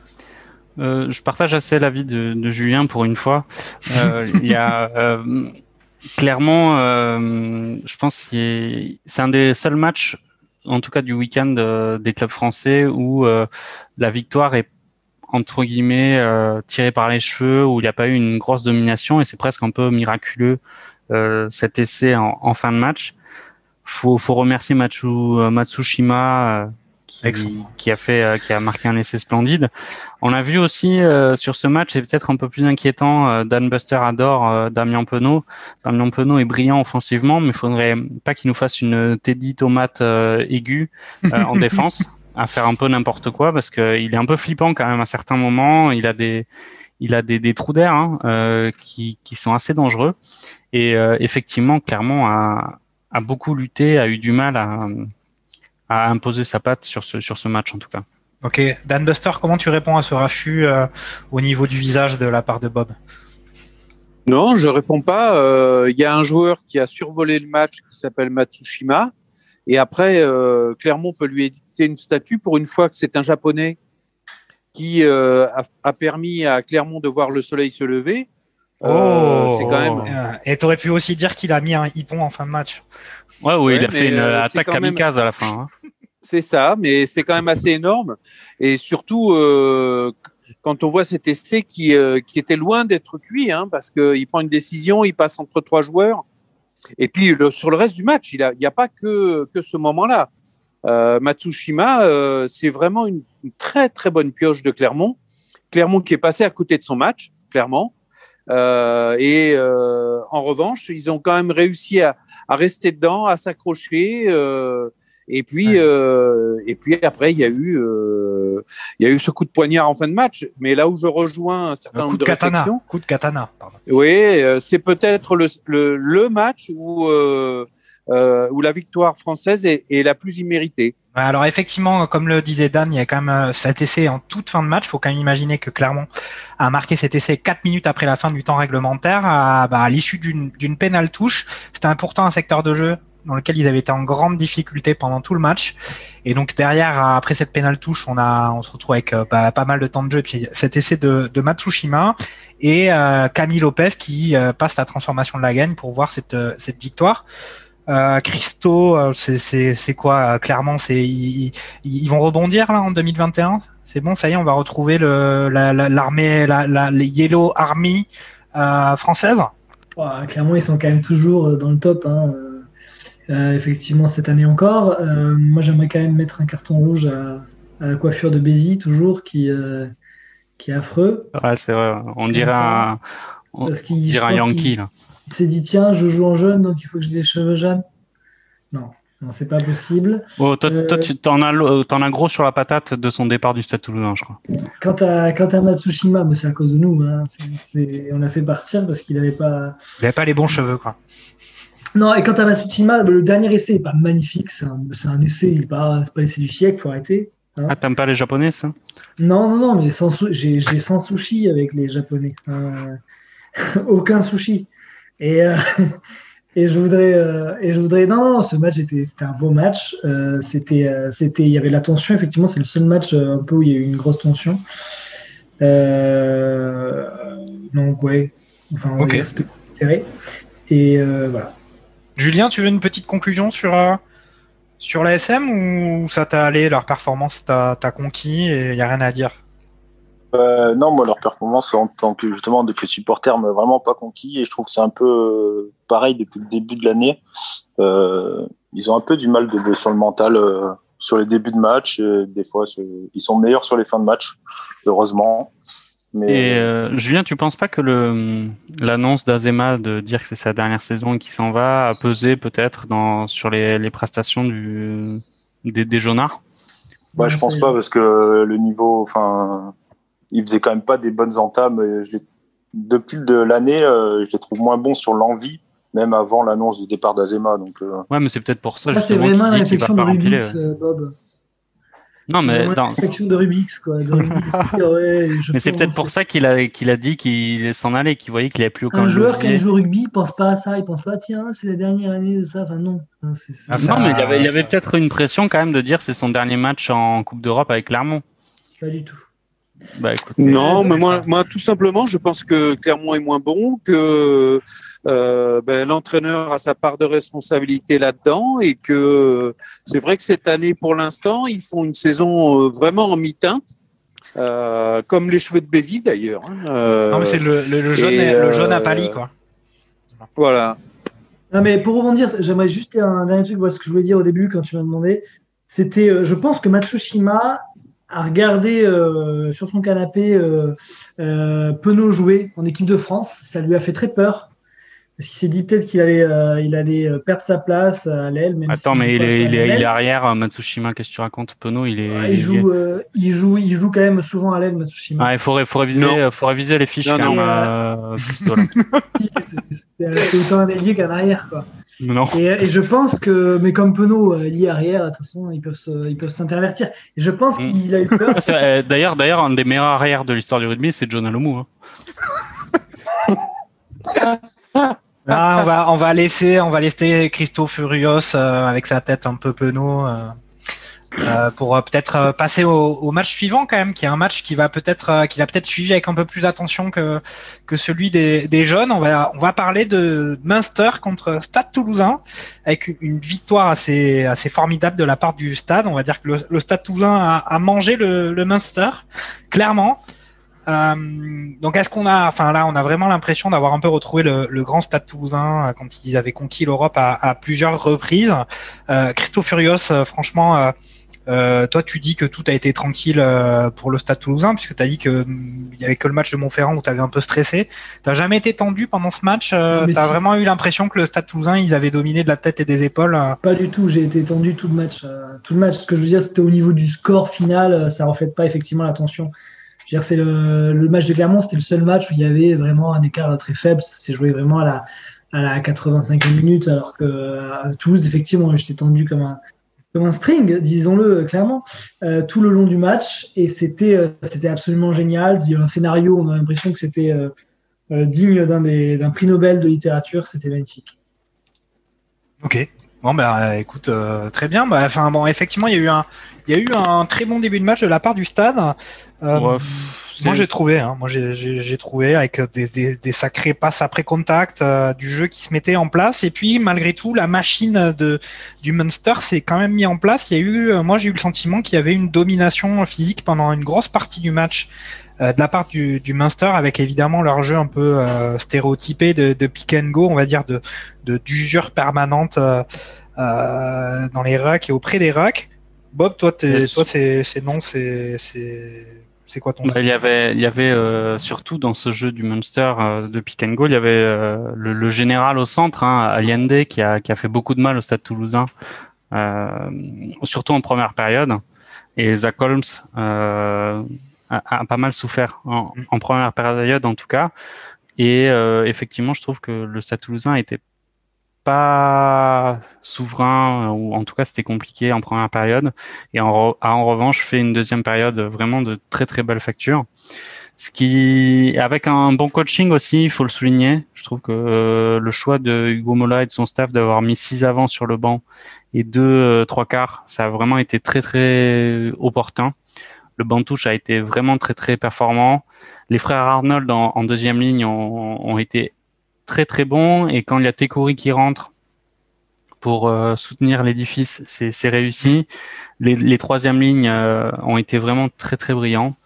Euh, je partage assez l'avis de, de Julien pour une fois. Euh, il y a euh, Clermont, euh, je pense que c'est un des seuls matchs, en tout cas du week-end euh, des clubs français, où euh, la victoire est entre guillemets euh, tirée par les cheveux, où il n'y a pas eu une grosse domination, et c'est presque un peu miraculeux euh, cet essai en, en fin de match. Faut, faut remercier Matsu, Matsushima euh, qui, qui a fait, euh, qui a marqué un essai splendide. On a vu aussi euh, sur ce match, et peut-être un peu plus inquiétant, euh, Dan Buster adore euh, Damien Penaud. Damien Penaud est brillant offensivement, mais il faudrait pas qu'il nous fasse une Teddy Tomate euh, aiguë euh, en défense, à faire un peu n'importe quoi, parce que il est un peu flippant quand même à certains moments. Il a des, il a des, des trous d'air hein, euh, qui, qui sont assez dangereux. Et euh, effectivement, Clermont a, a beaucoup lutté, a eu du mal à, à imposer sa patte sur ce, sur ce match en tout cas. Ok, Dan Buster, comment tu réponds à ce raffut euh, au niveau du visage de la part de Bob? Non, je réponds pas. Il euh, y a un joueur qui a survolé le match qui s'appelle Matsushima. Et après, euh, Clermont peut lui éditer une statue pour une fois que c'est un Japonais qui euh, a, a permis à Clermont de voir le soleil se lever. Oh, euh, c'est quand même. Et t'aurais pu aussi dire qu'il a mis un hippon en fin de match. Ouais, oui, ouais, il a fait une euh, attaque kamikaze même... à la fin. Hein. C'est ça, mais c'est quand même assez énorme. Et surtout, euh, quand on voit cet essai qui, euh, qui était loin d'être cuit, hein, parce qu'il prend une décision, il passe entre trois joueurs. Et puis, le, sur le reste du match, il n'y a, a pas que, que ce moment-là. Euh, Matsushima, euh, c'est vraiment une, une très, très bonne pioche de Clermont. Clermont qui est passé à côté de son match, clairement. Euh, et euh, en revanche, ils ont quand même réussi à, à rester dedans, à s'accrocher. Euh, et puis, ouais. euh, et puis après, il y a eu, euh, il y a eu ce coup de poignard en fin de match. Mais là où je rejoins un certain nombre de réflexions, coup de katana, pardon. Oui, euh, c'est peut-être le, le, le match où euh, euh, où la victoire française est, est la plus imméritée. Alors effectivement, comme le disait Dan, il y a quand même cet essai en toute fin de match. Il faut quand même imaginer que Clermont a marqué cet essai quatre minutes après la fin du temps réglementaire, à, bah, à l'issue d'une, d'une pénale touche. C'était pourtant un secteur de jeu dans lequel ils avaient été en grande difficulté pendant tout le match. Et donc derrière, après cette pénale touche, on a, on se retrouve avec bah, pas mal de temps de jeu. Et puis cet essai de, de Matsushima et euh, Camille Lopez qui euh, passe la transformation de la gagne pour voir cette, cette victoire. Euh, Christo, c'est, c'est, c'est quoi clairement, c'est ils, ils vont rebondir là en deux mille vingt et un. C'est bon, ça y est, on va retrouver le, la, la, l'armée, la, la, les Yellow Army euh, françaises. Ouais, clairement, ils sont quand même toujours dans le top. Hein. Euh, effectivement, cette année encore. Euh, moi, j'aimerais quand même mettre un carton rouge à, à la coiffure de Bézi, toujours, qui, euh, qui est affreux. Ouais, c'est vrai. On dirait un, on dirait un Yankee là. Il s'est dit, tiens, je joue en jaune, donc il faut que j'ai des cheveux jaunes. Non, non, c'est pas possible. Oh, toi, euh, toi, tu t'en as, t'en as gros sur la patate de son départ du Stade Toulousain, je crois. Quant à, quant à Matsushima, mais c'est à cause de nous. Hein. C'est, c'est, on l'a fait partir parce qu'il n'avait pas... Il n'avait pas les bons cheveux, quoi. Non, et quant à Matsushima, le dernier essai n'est pas magnifique. C'est un, c'est un essai, il est pas, c'est pas l'essai du siècle, il faut arrêter. Hein. Ah, t'aimes pas les Japonais, ça? Non, non, non, mais sans, j'ai, j'ai sans sushi avec les Japonais. Euh, aucun sushi. Et, euh, et je voudrais, euh, et je voudrais, non, non, ce match était, c'était un beau match. Euh, c'était, euh, c'était, il y avait de la tension. Effectivement, c'est le seul match euh, un peu où il y a eu une grosse tension. Euh, donc ouais, enfin, okay. C'était serré. Et euh, voilà. Julien, tu veux une petite conclusion sur euh, sur l'A S M ou ça t'a allé, leur performance t'a, t'a conquis et il y a rien à dire? Euh, non, moi, leur performance en tant que justement depuis supporter m'a vraiment pas conquis et je trouve que c'est un peu euh, pareil depuis le début de l'année. Euh, ils ont un peu du mal de, de, sur le mental, euh, sur les débuts de match. Et des fois, ils sont meilleurs sur les fins de match, heureusement. Mais... Et euh, Julien, tu penses pas que le l'annonce d'Azema de dire que c'est sa dernière saison et qu'il s'en va a pesé peut-être dans sur les, les prestations du des, des Jaunards? Bah, je pense pas parce que le niveau, enfin, il faisait quand même pas des bonnes entames. Je depuis de l'année, euh, je les trouve moins bons sur l'envie, même avant l'annonce du départ d'Azema. Donc, euh... ouais, mais c'est peut-être pour ça. Ça, c'est vraiment la réflexion de Rubix, euh, Bob. Non, c'est mais dans... réflexion de Rubix, quoi. De Rubix, ouais, mais c'est peut-être pour ça qu'il a qu'il a dit qu'il s'en allait, qu'il voyait qu'il n'avait plus aucun. Un joueur qui joue au rugby, il pense pas à ça, il pense pas tiens, c'est la dernière année de ça. Enfin non. Non, c'est, c'est... Ah, ça, non mais il y avait, il y avait ça... peut-être une pression quand même de dire c'est son dernier match en Coupe d'Europe avec Clermont. Pas du tout. Bah, écoutez, non, mais moi, moi, tout simplement, je pense que Clermont est moins bon, que euh, ben, l'entraîneur a sa part de responsabilité là-dedans, et que c'est vrai que cette année, pour l'instant, ils font une saison vraiment en mi-teinte, euh, comme les cheveux de Bézi d'ailleurs. Euh, non, mais c'est le, le, le jaune, et, le jaune à pali, quoi. Voilà. Non, mais pour rebondir, j'aimerais juste un dernier truc, voilà ce que je voulais dire au début quand tu m'as demandé. C'était, je pense que Matsushima a regardé euh, sur son canapé euh, euh, Penaud jouer en équipe de France. Ça lui a fait très peur. Parce qu'il s'est dit peut-être qu'il allait, euh, il allait perdre sa place à l'aile. Même Attends, si mais il est, il, est, il est arrière, Matsushima. Qu'est-ce que tu racontes? Penaud, il est. Ouais, il, joue, il, est... Euh, il, joue, il joue quand même souvent à l'aile, Matsushima. Ah, il faut, faut, réviser, faut réviser les fiches non, quand non. même, euh, Christo, c'est autant un ailier qu'un arrière, quoi. Non. Et, et je pense que, mais comme Penaud, il est arrière, de toute façon, ils peuvent, se, ils peuvent s'intervertir. Et je pense mmh. qu'il a eu peur. euh, d'ailleurs, d'ailleurs, un des meilleurs arrières de l'histoire du rugby, c'est John Alomou. Hein. Ah, on va, on va laisser, on va laisser Christo Furios euh, avec sa tête un peu Penaud. Euh... Euh, pour euh, peut-être euh, passer au, au match suivant quand même, qui est un match qui va peut-être, euh, qu'il a peut-être suivi avec un peu plus d'attention que que celui des, des jeunes. On va on va parler de Munster contre Stade Toulousain avec une victoire assez assez formidable de la part du Stade. On va dire que le, le Stade Toulousain a, a mangé le, le Munster clairement. Euh, donc est-ce qu'on a, enfin là, on a vraiment l'impression d'avoir un peu retrouvé le, le grand Stade Toulousain euh, quand ils avaient conquis l'Europe à, à plusieurs reprises. Euh, Christo Furios, euh, franchement. Euh, Euh, toi, tu dis que tout a été tranquille euh, pour le Stade Toulousain, puisque tu as dit qu'il n'y avait que le match de Montferrand où tu avais un peu stressé. Tu n'as jamais été tendu pendant ce match euh, Tu as si. vraiment eu l'impression que le Stade Toulousain, ils avaient dominé de la tête et des épaules euh... Pas du tout, j'ai été tendu tout le match. Euh, tout le match, ce que je veux dire, c'était au niveau du score final, euh, ça ne reflète pas effectivement la tension. Je veux dire, c'est le, le match de Clermont, c'était le seul match où il y avait vraiment un écart très faible. Ça s'est joué vraiment à la, à la quatre-vingt-cinquième minute, alors que à Toulouse, effectivement, j'étais tendu comme un comme un string, disons-le clairement, euh, tout le long du match, et c'était euh, c'était absolument génial. Il y a un scénario, on a l'impression que c'était euh, euh, digne d'un des d'un prix Nobel de littérature, c'était magnifique. Ok, bon bah écoute, euh, très bien. Bah, enfin bon, effectivement, il y a eu un il y a eu un très bon début de match de la part du Stade. Euh, ouais, moi j'ai trouvé, hein, moi j'ai, j'ai, j'ai trouvé avec des, des, des sacrés passes après contact, euh, du jeu qui se mettait en place, et puis malgré tout la machine de du Munster s'est quand même mis en place. Il y a eu, euh, moi j'ai eu le sentiment qu'il y avait une domination physique pendant une grosse partie du match euh, de la part du, du Munster, avec évidemment leur jeu un peu euh, stéréotypé de, de pick and go, on va dire de, de d'usure permanente euh, euh, dans les rucks et auprès des rucks. Bob, toi, t'es, toi c'est, c'est non, c'est, c'est C'est quoi ton bah, il y avait, il y avait euh, surtout dans ce jeu du Munster euh, de pick and go, il y avait euh, le, le général au centre, hein, Allende, qui a, qui a fait beaucoup de mal au Stade Toulousain, euh, surtout en première période. Et Zach Holmes euh, a, a pas mal souffert en, en première période, en tout cas. Et euh, effectivement, je trouve que le Stade Toulousain était pas souverain, ou en tout cas c'était compliqué en première période, et en, re, a en revanche fait une deuxième période vraiment de très très belle facture, ce qui, avec un bon coaching aussi, il faut le souligner. Je trouve que euh, le choix de Hugo Mola et de son staff d'avoir mis six avants sur le banc et deux euh, trois quarts, ça a vraiment été très très opportun. Le banc touche a été vraiment très très performant. Les frères Arnold en, en deuxième ligne ont, ont été très très bon, et quand il y a Tekouri qui rentre pour euh, soutenir l'édifice, c'est, c'est réussi. Les, les troisième lignes euh, ont été vraiment très très brillants,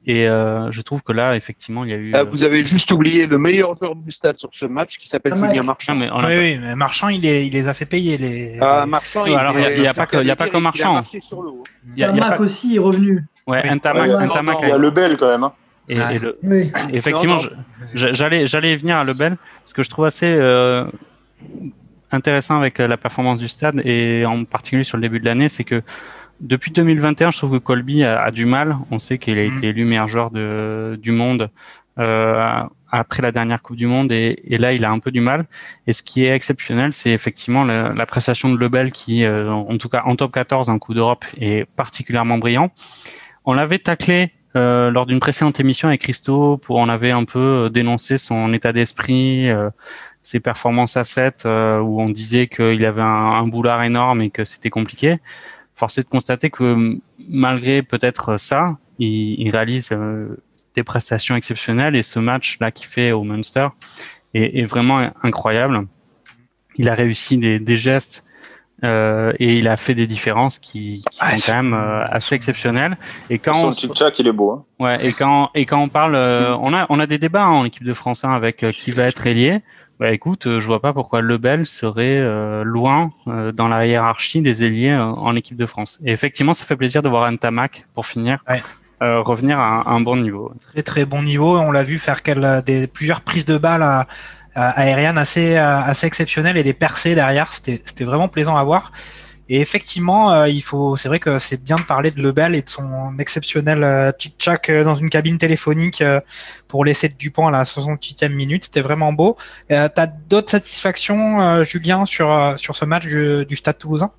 Et euh, je trouve que là, effectivement, il y a eu. Ah, vous avez juste oublié le meilleur joueur du stade sur ce match qui s'appelle Ah, Julien Marchand. Non, mais on a Oui, pas- oui, mais Marchand, il, est, il les a fait payer. Les... Ah, Marchand, Ouais, alors, il y a- il y a pas que- il y a pas que Marchand. Il a marché sur l'eau. il y a- il y a Tamac pas- aussi est revenu. Ouais, Oui. Ntamak, Ouais, Ntamak non, Il y a Lebel quand même. Hein. et, et le- Oui. effectivement, Non, non. je- je- j'allais, j'allais y venir à Lebel, ce que je trouve assez euh, intéressant avec la performance du stade et en particulier sur le début de l'année, c'est que depuis deux mille vingt et un, je trouve que Colby a, a du mal. On sait qu'il a Mm. été élu meilleur joueur de, du monde euh, après la dernière Coupe du Monde et, et là, il a un peu du mal. Et ce qui est exceptionnel, c'est effectivement la, la prestation de Lebel qui, euh, en tout cas en top quatorze en Coupe d'Europe, est particulièrement brillant. On l'avait taclé euh, lors d'une précédente émission avec Christo pour on avait un peu dénoncé son état d'esprit, euh, ses performances à sept, euh, où on disait qu'il avait un, un boulard énorme et que c'était compliqué. Force est de constater que malgré peut-être ça, il, il réalise euh, des prestations exceptionnelles et ce match-là qu'il fait au Munster est, est vraiment incroyable. Il a réussi des, des gestes euh, et il a fait des différences qui, qui Ouais, sont quand même euh, assez exceptionnelles. Et quand Son on, tic-tac, il est beau. Hein. ouais, et quand et quand on parle, euh, on a on a des débats hein, en équipe de France hein, avec euh, qui va être ailier. Bah écoute, euh, je vois pas pourquoi Lebel serait euh, loin euh, dans la hiérarchie des ailiers euh, en équipe de France. Et effectivement, ça fait plaisir de voir Ntamak pour finir Ouais. euh, revenir à un, à un bon niveau. Très très bon niveau. On l'a vu faire quel, des, plusieurs prises de balles à, à, aériennes assez, assez exceptionnelles et des percées derrière. C'était, c'était vraiment plaisant à voir. Et effectivement, euh, il faut, c'est vrai que c'est bien de parler de Lebel et de son exceptionnel euh, tic-tac euh, dans une cabine téléphonique euh, pour l'essai de Dupont à la soixante-huitième minute. C'était vraiment beau. Euh, T'as d'autres satisfactions, euh, Julien, sur euh, sur ce match du, du Stade Toulousain?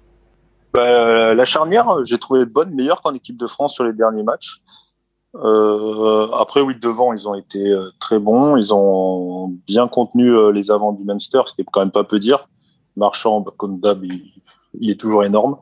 Bah, la charnière, j'ai trouvé bonne, meilleure qu'en équipe de France sur les derniers matchs. Euh, après, oui, devant, ils ont été euh, très bons. Ils ont bien contenu euh, les avants du Munster, ce qui est quand même pas peu dire. Marchand, bah, comme d'hab, il, il est toujours énorme.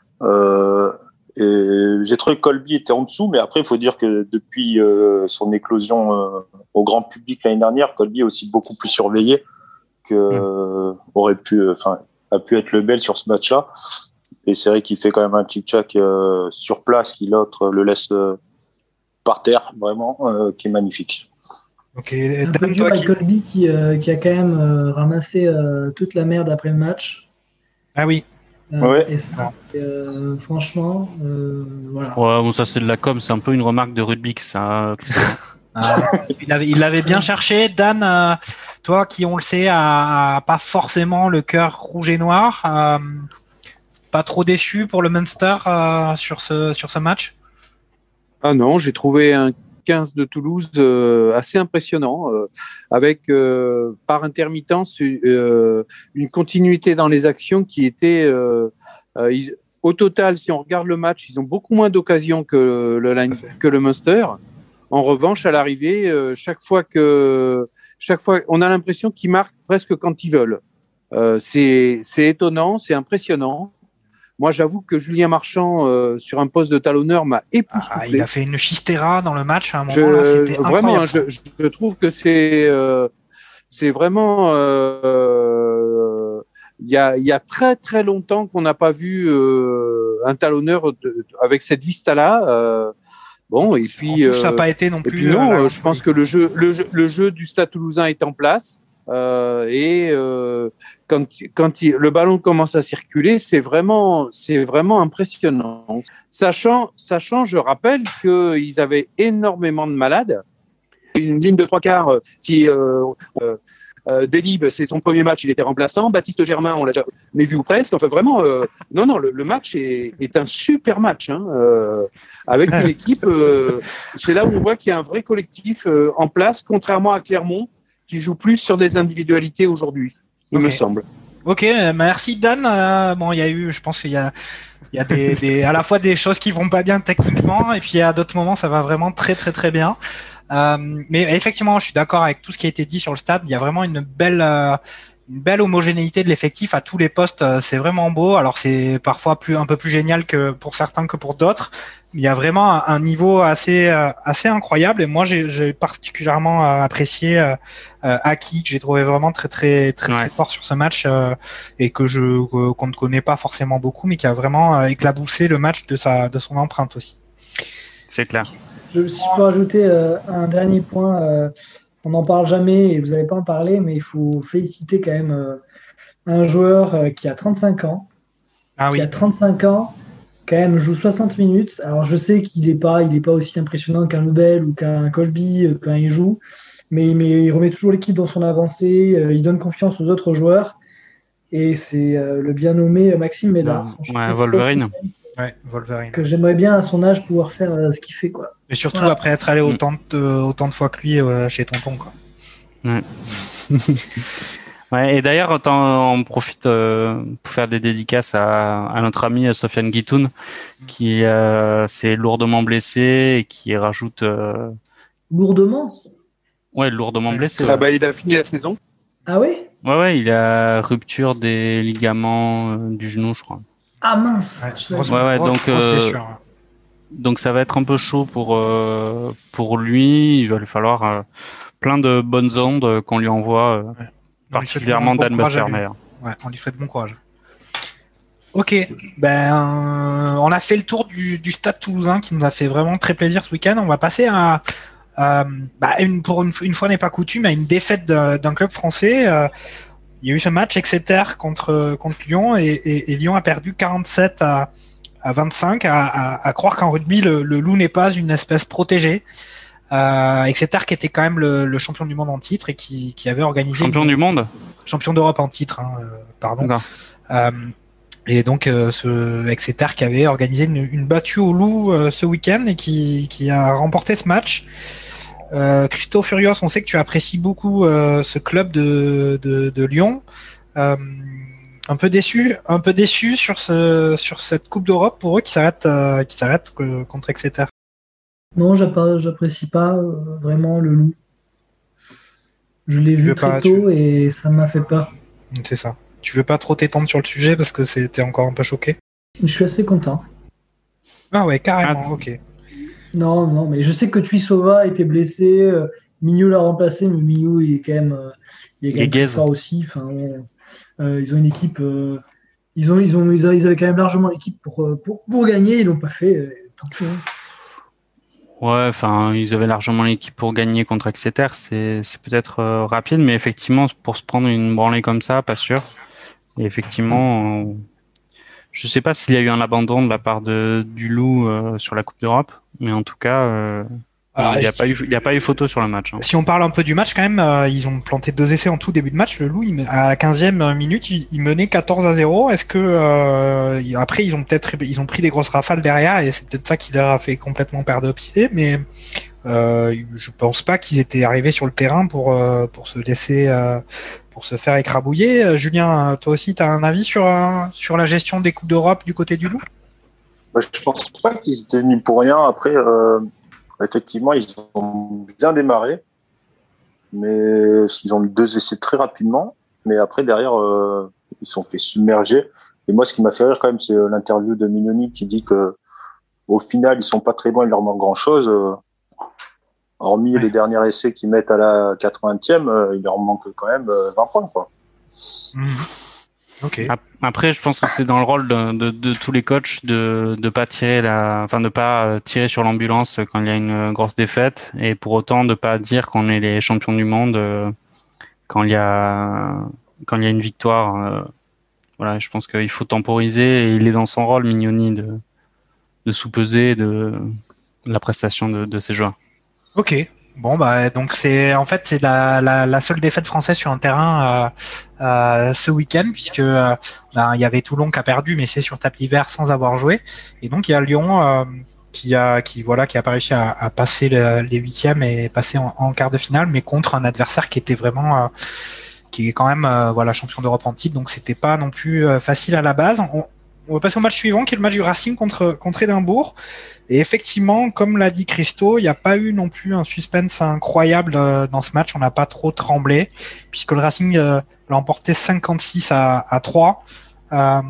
Euh, et j'ai trouvé que Colby était en dessous, mais après, il faut dire que depuis euh, son éclosion euh, au grand public l'année dernière, Colby est aussi beaucoup plus surveillé que euh, aurait pu, enfin, a pu être Lebel sur ce match-là. Et c'est vrai qu'il fait quand même un tic-tac euh, sur place, qui l'autre le laisse euh, par terre, vraiment, euh, qui est magnifique. Ok, Un peu Dan, dur toi avec qui... Colby qui, euh, qui a quand même euh, ramassé euh, toute la merde après le match. Ah oui. Euh, Ouais. et ça, c'est, euh, franchement, euh, voilà. Ouais, bon ça c'est de la com, c'est un peu une remarque de rugby que ça. Ah, il l'avait, il l'avait bien cherché. Dan, euh, toi qui, on le sait, a, a pas forcément le cœur rouge et noir, euh, pas trop déçu pour le Munster euh, sur ce sur ce match? Ah non, j'ai trouvé un quinze de Toulouse euh, assez impressionnant, euh, avec euh, par intermittence euh, une continuité dans les actions qui était euh, euh, ils, au total, si on regarde le match, ils ont beaucoup moins d'occasions que le, line, que le Munster. En revanche, à l'arrivée, euh, chaque fois que chaque fois, on a l'impression qu'ils marquent presque quand ils veulent. Euh, c'est c'est étonnant, c'est impressionnant. Moi, j'avoue que Julien Marchand, euh, sur un poste de talonneur, m'a époustouflé. Ah, il a fait une chistera dans le match à un moment je, là, c'était vraiment, incroyable. je, je trouve que c'est euh, c'est vraiment euh, il y a il y a très très longtemps qu'on n'a pas vu euh, un talonneur de, avec cette vista là. Euh, bon et puis en touche, ça n'a euh, pas été non et plus. puis non, euh, euh, je pense que le jeu le jeu le jeu du Stade Toulousain est en place. Euh, et euh, quand, quand il, le ballon commence à circuler, c'est vraiment, c'est vraiment impressionnant. Sachant, sachant, je rappelle qu'ils avaient énormément de malades. Une ligne de trois quarts, si euh, euh, euh, Delib, c'est son premier match, il était remplaçant. Baptiste Germain, on l'a déjà mais vu ou presque. Enfin, vraiment, euh, non, non, le, le match est, est un super match, hein, euh, avec une équipe. Euh, c'est là où on voit qu'il y a un vrai collectif euh, en place, contrairement à Clermont, qui joue plus sur des individualités aujourd'hui, il okay. me semble. Ok, merci Dan. Euh, bon, il y a eu, je pense qu'il y a, il y a des, des, à la fois des choses qui vont pas bien techniquement, et puis à d'autres moments, ça va vraiment très très très bien. Euh, mais effectivement, je suis d'accord avec tout ce qui a été dit sur le stade. Il y a vraiment une belle, euh, une belle homogénéité de l'effectif à tous les postes. C'est vraiment beau. Alors c'est parfois plus un peu plus génial que pour certains que pour d'autres. Il y a vraiment un, un niveau assez euh, assez incroyable. Et moi, j'ai, j'ai particulièrement euh, apprécié euh, euh, Aki, que j'ai trouvé vraiment très très très, très ouais. fort sur ce match euh, et que je euh, qu'on ne connaît pas forcément beaucoup, mais qui a vraiment euh, éclaboussé le match de sa de son empreinte aussi. C'est clair. Je, si je peux rajouter euh, un dernier point, euh, on n'en parle jamais et vous n'allez pas en parler, mais il faut féliciter quand même euh, un joueur euh, qui a trente-cinq ans, Ah qui oui. a trente-cinq ans, quand même joue soixante minutes. Alors je sais qu'il n'est pas, il est pas aussi impressionnant qu'un Nobel ou qu'un Colby euh, quand il joue, mais, mais il remet toujours l'équipe dans son avancée, euh, il donne confiance aux autres joueurs. Et c'est euh, le bien nommé Maxime Médard. Ouais, ouais, Wolverine. Ouais, Wolverine. Que j'aimerais bien à son âge pouvoir faire euh, ce qu'il fait, quoi. Et surtout Voilà. après être allé autant de, autant de fois que lui euh, chez Tonton, quoi. Ouais. Ouais, et d'ailleurs, autant on profite euh, pour faire des dédicaces à, à notre ami Sofiane Guitoun, qui euh, s'est lourdement blessé et qui rajoute. Euh... Lourdement. Ouais, lourdement blessé. Ah Ouais. bah, il a fini la saison. Ah oui. Ouais, ouais, il a rupture des ligaments euh, du genou, je crois. Ah mince. Ouais, Je- grosse, Ouais, ouais, grosse- donc, grosse euh, blessure. Donc ça va être un peu chaud pour euh, pour lui. Il va lui falloir euh, plein de bonnes ondes euh, qu'on lui envoie, euh, Ouais. On lui souhaite particulièrement bon Dan courage à Buster lui. d'ailleurs. Ouais, on lui souhaite bon courage. Ok, ben euh, on a fait le tour du, du Stade Toulousain qui nous a fait vraiment très plaisir ce week-end. On va passer à, à bah, une, pour une, une fois n'est pas coutume, à une défaite d'un, d'un club français. Euh, il y a eu ce match Exeter contre contre Lyon et, et, et Lyon a perdu quarante-sept à à vingt-cinq. À, à, à croire qu'en rugby le, le loup n'est pas une espèce protégée. Euh, Exeter qui était quand même le, le champion du monde en titre et qui, qui avait organisé Champion une, du monde. champion d'Europe en titre, hein, euh, pardon. D'accord. Euh, et donc euh, ce Exeter qui avait organisé une, une battue au loup euh, ce week-end et qui, qui a remporté ce match. Euh, Christo Furios, on sait que tu apprécies beaucoup euh, ce club de, de, de Lyon. Euh, un peu déçu, un peu déçu sur ce sur cette Coupe d'Europe pour eux qui s'arrête euh, qui s'arrête euh, contre Exeter. Non, j'appa- j'apprécie pas euh, vraiment le loup. Je l'ai Tu vu veux très pas, tôt et ça m'a fait peur. C'est ça. Tu veux pas trop t'étendre sur le sujet parce que c'était encore un peu choqué. Je suis assez content. Ah ouais, carrément. Ah. Ok. Non, non, mais je sais que Tuisova était blessé. Euh, Mignot l'a remplacé, mais Mignot, il est quand même, euh, il est quand Il est même très gaze. fort aussi. Enfin, on- euh, ils ont une équipe. euh, ils, ont, ils, ont, ils avaient quand même largement l'équipe pour, euh, pour, pour gagner. Ils l'ont pas fait. euh, tant pis, hein. Ouais, enfin, ils avaient largement l'équipe pour gagner contre Exeter. C'est c'est peut-être euh, rapide, mais effectivement, pour se prendre une branlée comme ça, pas sûr. Et effectivement, euh, je sais pas s'il y a eu un abandon de la part de du Loup euh, sur la Coupe d'Europe, mais en tout cas, euh, Alors, il n'y a je- pas eu il y a pas eu photo sur le match. Hein. Si on parle un peu du match quand même, euh, ils ont planté deux essais en tout début de match. Le Loup, il, à la quinzième minute, il, il menait quatorze à zéro. Est-ce que euh, il- après ils ont peut-être ils ont pris des grosses rafales derrière et c'est peut-être ça qui leur a fait complètement perdre pied. Mais euh, je pense pas qu'ils étaient arrivés sur le terrain pour euh, pour se laisser euh, pour se faire écrabouiller. Euh, Julien, toi aussi, tu as un avis sur euh, sur la gestion des coupes d'Europe du côté du Loup? Bah, je pense pas qu'ils étaient venus pour rien. Après, euh, effectivement, ils ont bien démarré, mais ils ont mis deux essais très rapidement. Mais après, derrière, euh, ils se sont fait submerger. Et moi, ce qui m'a fait rire quand même, c'est l'interview de Mignoni qui dit que au final, ils sont pas très loin, il leur manque grand-chose. Euh, hormis Ouais. les derniers essais qu'ils mettent à la quatre-vingtième, euh, il leur manque quand même euh, vingt points, quoi. Mmh. Ok. Ap- Après, je pense que c'est dans le rôle de, de, de tous les coachs de de pas tirer la, enfin de pas euh, tirer sur l'ambulance quand il y a une euh, grosse défaite et pour autant de pas dire qu'on est les champions du monde euh, quand il y a quand il y a une victoire. euh, Voilà, je pense qu'il faut temporiser et il est dans son rôle, Mignoni, de de sous-peser de la prestation de, de ses joueurs. Ok. Bon bah donc c'est en fait c'est la, la, la seule défaite française sur un terrain euh, euh, ce week-end puisque euh, ben, il y avait Toulon qui a perdu mais c'est sur tapis vert sans avoir joué et donc il y a Lyon euh, qui a qui voilà qui a pas réussi à, à passer le, les huitièmes et passer en, en quart de finale mais contre un adversaire qui était vraiment euh, qui est quand même euh, voilà champion d'Europe en titre donc c'était pas non plus euh, facile à la base. On, on va passer au match suivant qui est le match du Racing contre contre Édimbourg. Et effectivement, comme l'a dit Christo, il n'y a pas eu non plus un suspense incroyable euh, dans ce match. On n'a pas trop tremblé, puisque le Racing euh, l'a emporté cinquante-six à trois. Euh,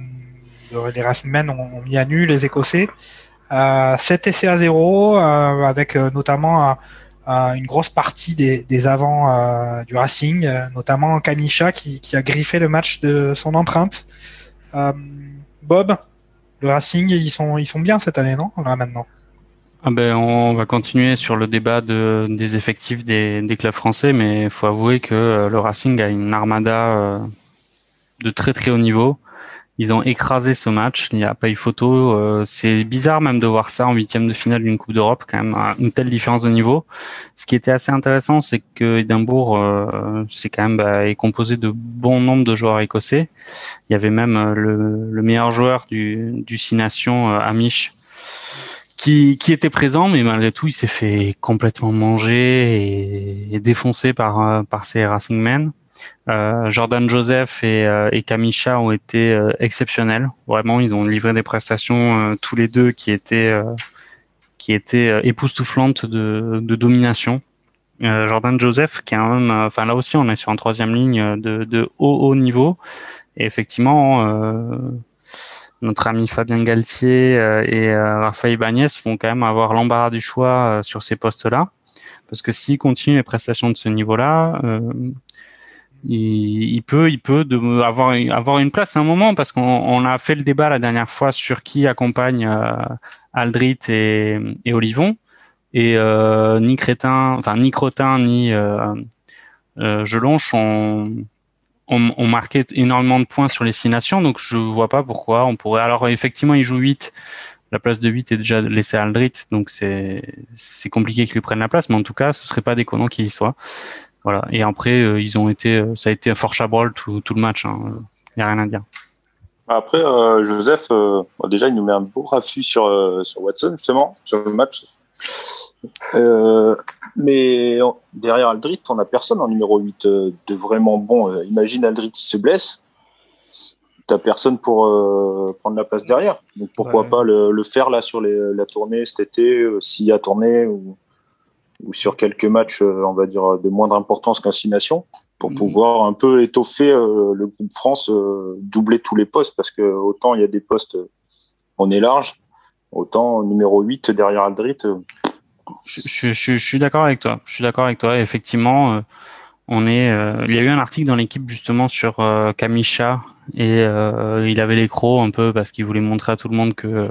les Racingmen ont, ont mis à nu les Écossais. Euh, sept essais à zéro, euh, avec euh, notamment euh, euh, une grosse partie des, des avants euh, du Racing, euh, notamment Kamisha qui, qui a griffé le match de son empreinte. Euh, Bob, le Racing, ils sont, ils sont bien cette année, non? Là, maintenant. Ah ben, on va continuer sur le débat de, des effectifs des, des clubs français, mais il faut avouer que euh, le Racing a une armada euh, de très très haut niveau. Ils ont écrasé ce match, il n'y a pas eu photo. Euh, c'est bizarre même de voir ça en huitième de finale d'une Coupe d'Europe, quand même, une telle différence de niveau. Ce qui était assez intéressant, c'est que Édimbourg, euh, c'est quand même bah, est composé de bon nombre de joueurs écossais. Il y avait même euh, le, le meilleur joueur du, du Six Nations, euh, Amish, qui, qui était présent, mais malgré tout, il s'est fait complètement manger et, et défoncer par, par ses Racing Men. Euh, Jordan Joseph et, euh, et Kamisha ont été euh, exceptionnels. Vraiment, ils ont livré des prestations euh, tous les deux qui étaient euh, qui étaient euh, époustouflantes de, de domination. Euh, Jordan Joseph, qui est un même, enfin là aussi, on est sur une troisième ligne de, de haut haut niveau. Et effectivement, euh, notre ami Fabien Galtier euh, et euh, Rafael Ibanez vont quand même avoir l'embarras du choix euh, sur ces postes-là, parce que s'ils continuent les prestations de ce niveau-là. Euh, Il, il peut, il peut de, avoir avoir une place à un moment, parce qu'on on a fait le débat la dernière fois sur qui accompagne euh, Aldrit et, et Olivon, et euh, ni Crétin, enfin ni Crotin ni euh, euh, Gelonche ont, ont, ont marqué énormément de points sur les Six Nations, donc je vois pas pourquoi on pourrait. Alors effectivement, il joue huit. La place de huit est déjà laissée à Aldrit, donc c'est c'est compliqué qu'il lui prenne la place, mais en tout cas, ce serait pas déconnant qu'il y soit. Voilà. Et après, euh, ils ont été, euh, ça a été un fort chabrol tout, tout le match. Il hein. n'y a rien à dire. Après, euh, Joseph, euh, bon, déjà, il nous met un beau raffut sur, euh, sur Watson, justement, sur le match. Euh, mais derrière Aldrit, on n'a personne en numéro huit euh, de vraiment bon. Euh, imagine Aldrit qui se blesse. Tu n'as personne pour euh, prendre la place derrière. Donc pourquoi ouais. pas le, le faire là sur les, la tournée cet été, euh, s'il y a tournée ou. ou sur quelques matchs, on va dire, de moindre importance qu'un Six Nations, pour mmh. pouvoir un peu étoffer euh, le groupe France, euh, doubler tous les postes, parce que autant il y a des postes, on est large, autant numéro huit derrière Aldrit. Euh... Je, je, je, je suis d'accord avec toi. Je suis d'accord avec toi. Effectivement, euh, on est. Euh, il y a eu un article dans l'équipe justement sur euh, Kamisha, et euh, il avait les crocs un peu parce qu'il voulait montrer à tout le monde que euh,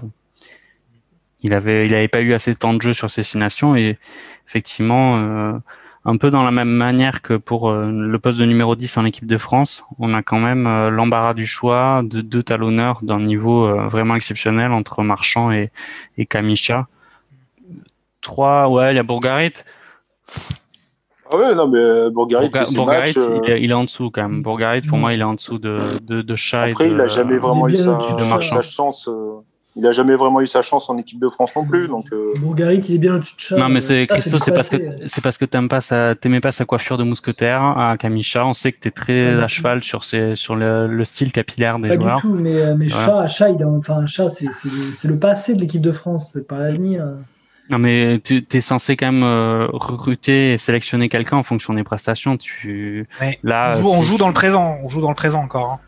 il avait, il avait pas eu assez de temps de jeu sur ces Six Nations, et effectivement, euh, un peu dans la même manière que pour euh, le poste de numéro dix en équipe de France, on a quand même euh, l'embarras du choix de deux talonneurs d'un niveau euh, vraiment exceptionnel entre Marchand et, et Kamisha. Trois, ouais, il y a Bourgarit. Ah ouais, non, mais Bourgarit, Bourga- c'est Bourgarit match, euh... il, est, il est en dessous quand même. Bourgarit, pour mmh. moi, il est en dessous de, de, de Chat. Après, et de, il a jamais vraiment eu sa, de Marchand. sa chance. Euh... Il n'a jamais vraiment eu sa chance en équipe de France non plus. Donc, euh... Bourgarit, il est bien au-dessus de Chat. Non, mais c'est, Christo, c'est, c'est parce que, c'est parce que t'aimes pas sa, t'aimais pas sa coiffure de mousquetaire à Kamisha. On sait que t'es très ah, à cheval sur, ses, sur le, le style capillaire des pas joueurs. Pas du tout, mais, mais voilà. Chat, Chat, il a, enfin, Chat c'est, c'est, le, c'est le passé de l'équipe de France, c'est pas l'avenir. Non, mais tu es censé quand même euh, recruter et sélectionner quelqu'un en fonction des prestations. Tu... Ouais. Là, on joue, on joue dans le présent. On joue dans le présent encore. Hein.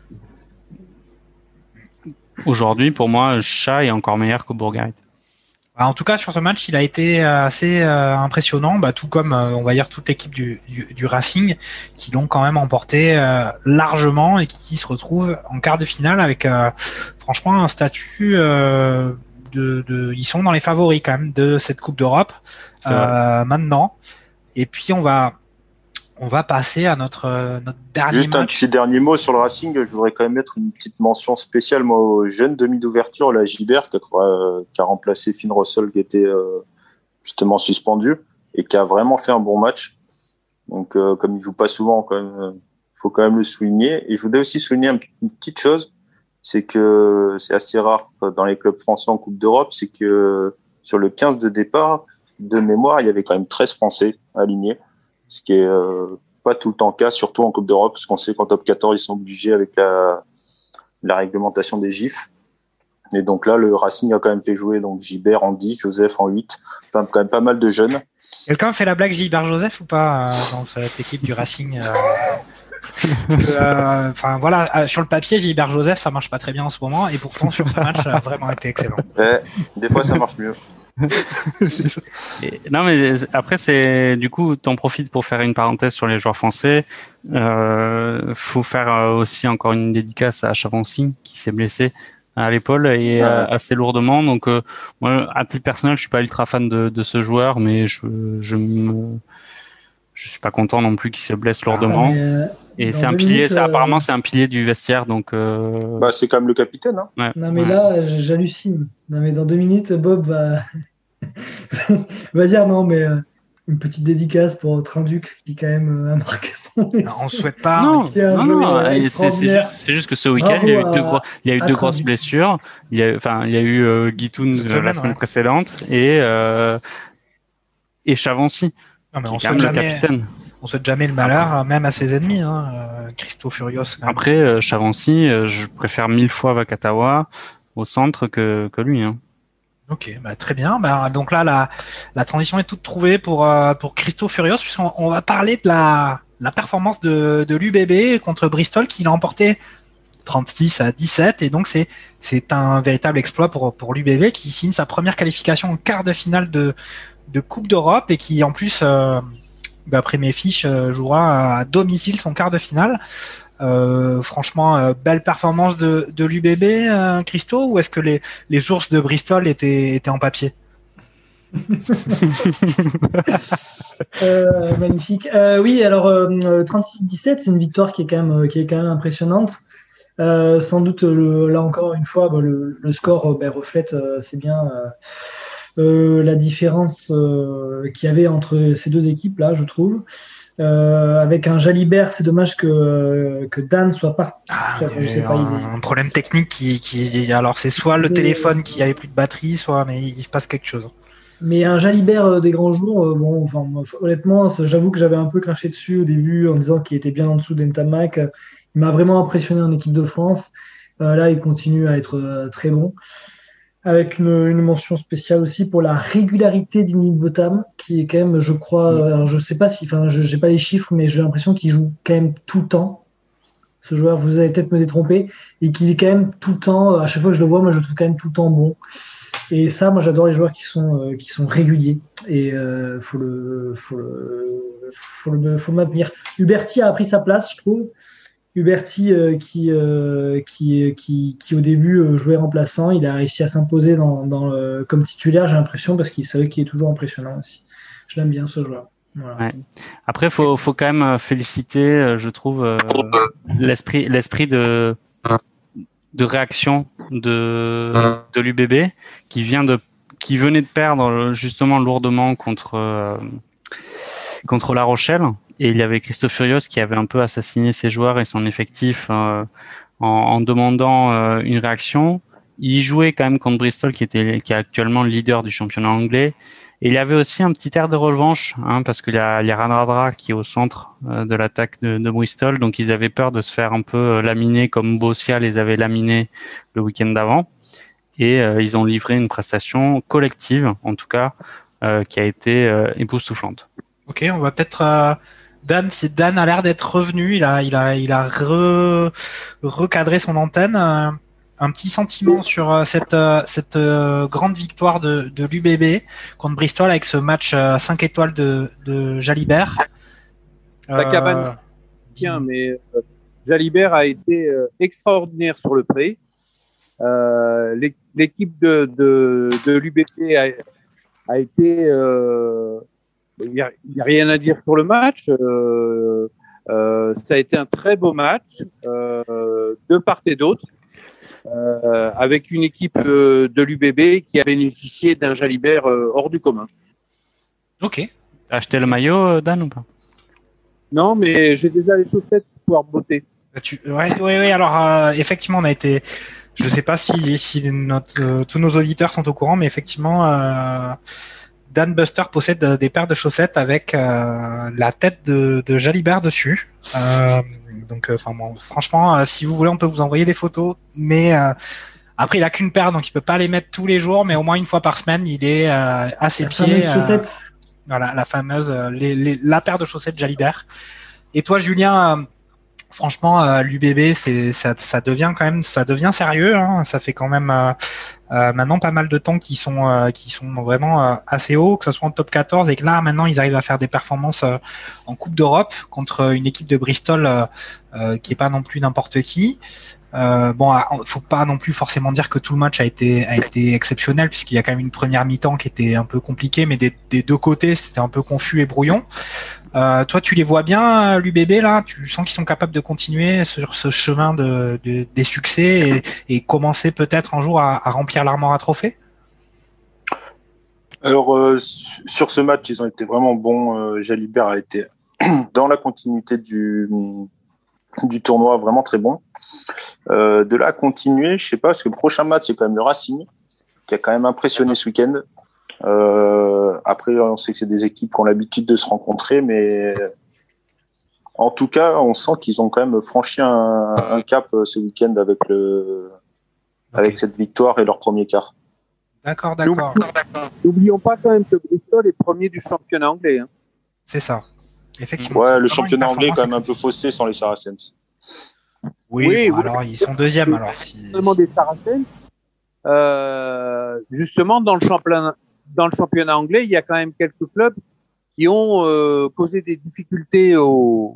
Aujourd'hui, pour moi, Chat est encore meilleur que Bourgarit. En tout cas, sur ce match, il a été assez euh, impressionnant, bah, tout comme, euh, on va dire, toute l'équipe du, du, du Racing, qui l'ont quand même emporté euh, largement et qui, qui se retrouvent en quart de finale avec, euh, franchement, un statut... Euh, De, de, ils sont dans les favoris quand même de cette Coupe d'Europe euh, maintenant. Et puis on va, on va passer à notre, notre dernier Juste match. un petit dernier mot sur le Racing. Je voudrais quand même mettre une petite mention spéciale moi, au jeune demi d'ouverture, la Gibert, qui a, euh, qui a remplacé Finn Russell, qui était euh, justement suspendu et qui a vraiment fait un bon match. Donc euh, comme il joue pas souvent, quand même, euh, faut quand même le souligner. Et je voudrais aussi souligner un, une petite chose. C'est que c'est assez rare dans les clubs français en Coupe d'Europe, c'est que sur le quinze de départ, de mémoire, il y avait quand même treize Français alignés, ce qui est euh, pas tout le temps le cas, surtout en Coupe d'Europe, parce qu'on sait qu'en top quatorze, ils sont obligés avec la, la réglementation des gifs. Et donc là, le Racing a quand même fait jouer donc Gibert en dix, Joseph en huit, enfin quand même pas mal de jeunes. Quelqu'un fait la blague Gibert-Joseph ou pas euh, dans cette équipe du Racing euh... Enfin euh, voilà, euh, sur le papier, Gilbert Joseph, ça marche pas très bien en ce moment, et pourtant sur ce match, ça a vraiment été excellent. Ouais, des fois, ça marche mieux. et, non, mais après, c'est du coup, t'en profites pour faire une parenthèse sur les joueurs français. Euh, faut faire aussi encore une dédicace à Chavancy qui s'est blessé à l'épaule et Ah euh, ouais. assez lourdement. Donc, euh, moi, à titre personnel, je suis pas ultra fan de, de ce joueur, mais je, je me, je suis pas content non plus qu'il se blesse Ah, lourdement. mais, euh, Et dans c'est un deux pilier, minutes, ça euh, apparemment c'est un pilier du vestiaire, donc. Euh, Bah, c'est quand même le capitaine. Hein. ouais, non, mais ouais. là, j- j'hallucine. Non, mais dans deux minutes, Bob va, va dire non, mais euh, une petite dédicace pour Trinduc qui, quand même, euh, a marqué son Non, on ne essai, souhaite pas. Non, qui a non, joué non. euh, et C'est c'est extraordinaire. juste, c'est juste que ce week-end, il y a Bravo eu deux gros, à, il y a eu à deux grosses Trinduc. blessures. Il y a, enfin, il y a eu euh, Guitoun Cette euh, la semaine, semaine ouais. précédente et euh, et Chavancy, Non, mais qui on est quand même souhaite le jamais, capitaine. on souhaite jamais le malheur, euh, même à ses ennemis. Hein. Euh, Christo Furios, quand même. Après, euh, Chavancy, euh, je préfère mille fois Vakatawa au centre que que lui. Hein. Ok, bah, très bien. Bah, donc là, la, la transition est toute trouvée pour, euh, pour Christo Furios, puisqu'on on va parler de la, la performance de, de l'U B B contre Bristol, qui l'a emporté trente-six à dix-sept. Et donc, c'est, c'est un véritable exploit pour, pour l'U B B, qui signe sa première qualification en quart de finale de, de Coupe d'Europe et qui, en plus, euh, d'après mes fiches, euh, jouera à domicile son quart de finale. Euh, franchement, euh, belle performance de, de l'U B B, euh, Christo, ou est-ce que les, les ours de Bristol étaient, étaient en papier? Euh, magnifique. Euh, oui, alors euh, trente-six dix-sept, c'est une victoire qui est quand même, qui est quand même impressionnante. Euh, sans doute, le- là encore une fois, bah, le, le score euh, ben, reflète euh, assez bien euh, euh, la différence euh, qu'il y avait entre ces deux équipes, là, je trouve. Euh, avec un Jalibert, c'est dommage que, que Dan soit parti. Ah, Enfin, il je y a sais eu pas, il est- un, un problème technique qui, qui, alors c'est soit le Mais- téléphone qui avait plus de batterie, soit, mais il se passe quelque chose. Mais un Jalibert euh, des grands jours, euh, bon, enfin, moi, honnêtement, ça, j'avoue que j'avais un peu craché dessus au début en disant qu'il était bien en dessous d'Entamac. Il m'a vraiment impressionné en équipe de France. Euh, là, il continue à être euh, très bon. Avec une, une mention spéciale aussi pour la régularité d'Inigbotam, qui est quand même, je crois, euh, alors je sais pas si, enfin, je n'ai pas les chiffres, mais j'ai l'impression qu'il joue quand même tout le temps. Ce joueur, vous allez peut-être me détromper, et qu'il est quand même tout le temps, à chaque fois que je le vois, moi je le trouve quand même tout le temps bon. Et ça, moi, j'adore les joueurs qui sont, euh, qui sont réguliers. Et euh, faut le, faut le, faut le, faut le maintenir. Huberti a pris sa place, je trouve. Huberti euh, qui, euh, qui, qui, qui, au début, euh, jouait remplaçant. Il a réussi à s'imposer dans, dans le, comme titulaire, j'ai l'impression, parce qu'il savait qu'il est toujours impressionnant aussi. Je l'aime bien, ce joueur. Voilà. Ouais. Après, faut faut quand même féliciter, je trouve, euh, l'esprit l'esprit de de réaction de de l'U B B qui vient de qui venait de perdre justement lourdement contre euh, contre La Rochelle, et il y avait Christophe Furios qui avait un peu assassiné ses joueurs et son effectif euh, en, en demandant euh, une réaction. Il jouait quand même contre Bristol qui était qui est actuellement le leader du championnat anglais. Et il y avait aussi un petit air de revanche, hein, parce qu'il y a, il y a Radradra qui est au centre euh, de l'attaque de, de Bristol, donc ils avaient peur de se faire un peu euh, laminer comme Bossia les avait laminés le week-end d'avant. Et euh, ils ont livré une prestation collective, en tout cas, euh, qui a été euh, époustouflante. Ok, on va peut-être euh, Dan. Si Dan a l'air d'être revenu, il a, il a, il a re, recadré son antenne. Euh, un petit sentiment sur euh, cette, euh, cette euh, grande victoire de, de l'U B B contre Bristol avec ce match euh, cinq étoiles de, de Jalibert. La cabane tient, mais euh, Jalibert a été euh, extraordinaire sur le pré. Euh, l'équipe de, de, de l'U B B a, a été... Euh, il n'y a, a rien à dire sur le match. Euh, euh, ça a été un très beau match euh, de part et d'autre. Euh, avec une équipe euh, de l'U B B qui a bénéficié d'un Jalibert euh, hors du commun. Ok. T'as acheté le maillot, Dan, ou pas? Non, mais j'ai déjà les chaussettes pour pouvoir botter. Tu... Ouais, ouais, ouais. Alors, euh, effectivement, on a été. Je ne sais pas si, si notre, euh, tous nos auditeurs sont au courant, mais effectivement, euh, Dan Buster possède des paires de chaussettes avec euh, la tête de, de Jalibert dessus. Euh, donc, enfin bon, franchement, euh, si vous voulez, on peut vous envoyer des photos. Mais euh, après, il a qu'une paire, donc il peut pas les mettre tous les jours, mais au moins une fois par semaine, il est euh, à ses La pieds. fameuse chaussette. Euh, voilà, la fameuse, euh, les, les, la paire de chaussettes Jalibert. Et toi, Julien, euh, franchement, euh, l'U B B, c'est ça, ça devient quand même, ça devient sérieux. Hein. Ça fait quand même euh, euh, maintenant pas mal de temps qu'ils sont, euh, qu'ils sont vraiment euh, assez hauts, que ce soit en top quatorze, et que là maintenant ils arrivent à faire des performances euh, en Coupe d'Europe contre une équipe de Bristol euh, euh, qui est pas non plus n'importe qui. Euh, bon, faut pas non plus forcément dire que tout le match a été a été exceptionnel, puisqu'il y a quand même une première mi-temps qui était un peu compliquée, mais des, des deux côtés c'était un peu confus et brouillon. Euh, toi, tu les vois bien, l'U B B là? Tu sens qu'ils sont capables de continuer sur ce chemin de, de des succès et, et commencer peut-être un jour à, à remplir l'armoire à trophées? Alors euh, sur ce match, ils ont été vraiment bons. Euh, Jalibert a été dans la continuité du du tournoi, vraiment très bon. Euh, de là à continuer, je sais pas, parce que le prochain match, c'est quand même le Racing, qui a quand même impressionné ce week-end. Euh, après, on sait que c'est des équipes qui ont l'habitude de se rencontrer, mais en tout cas, on sent qu'ils ont quand même franchi un, un cap ce week-end avec le, okay. avec cette victoire et leur premier quart. D'accord, d'accord. N'oublions pas quand même que Bristol est premier du championnat anglais. Hein. C'est ça. Effectivement. Ouais, le championnat anglais est quand même un peu faussé sans les Saracens. Oui, oui, bon, oui, alors ils sont deuxièmes alors. Si... Seulement des Saracens. Euh, justement, dans le championnat, dans le championnat anglais, il y a quand même quelques clubs qui ont euh, causé des difficultés aux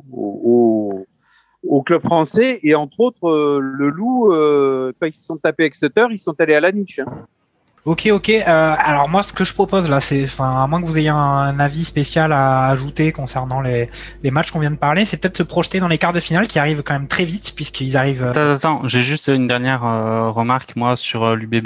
au, au, au clubs français, et entre autres euh, le Loup, euh, quand ils se sont tapés avec Exeter, ils sont allés à la niche. Hein. Ok, ok. Euh, alors moi, ce que je propose là, c'est, enfin, à moins que vous ayez un, un avis spécial à ajouter concernant les, les matchs qu'on vient de parler, c'est peut-être se projeter dans les quarts de finale qui arrivent quand même très vite, puisqu'ils arrivent. Attends, attends, j'ai juste une dernière euh, remarque moi sur euh, l'U B B.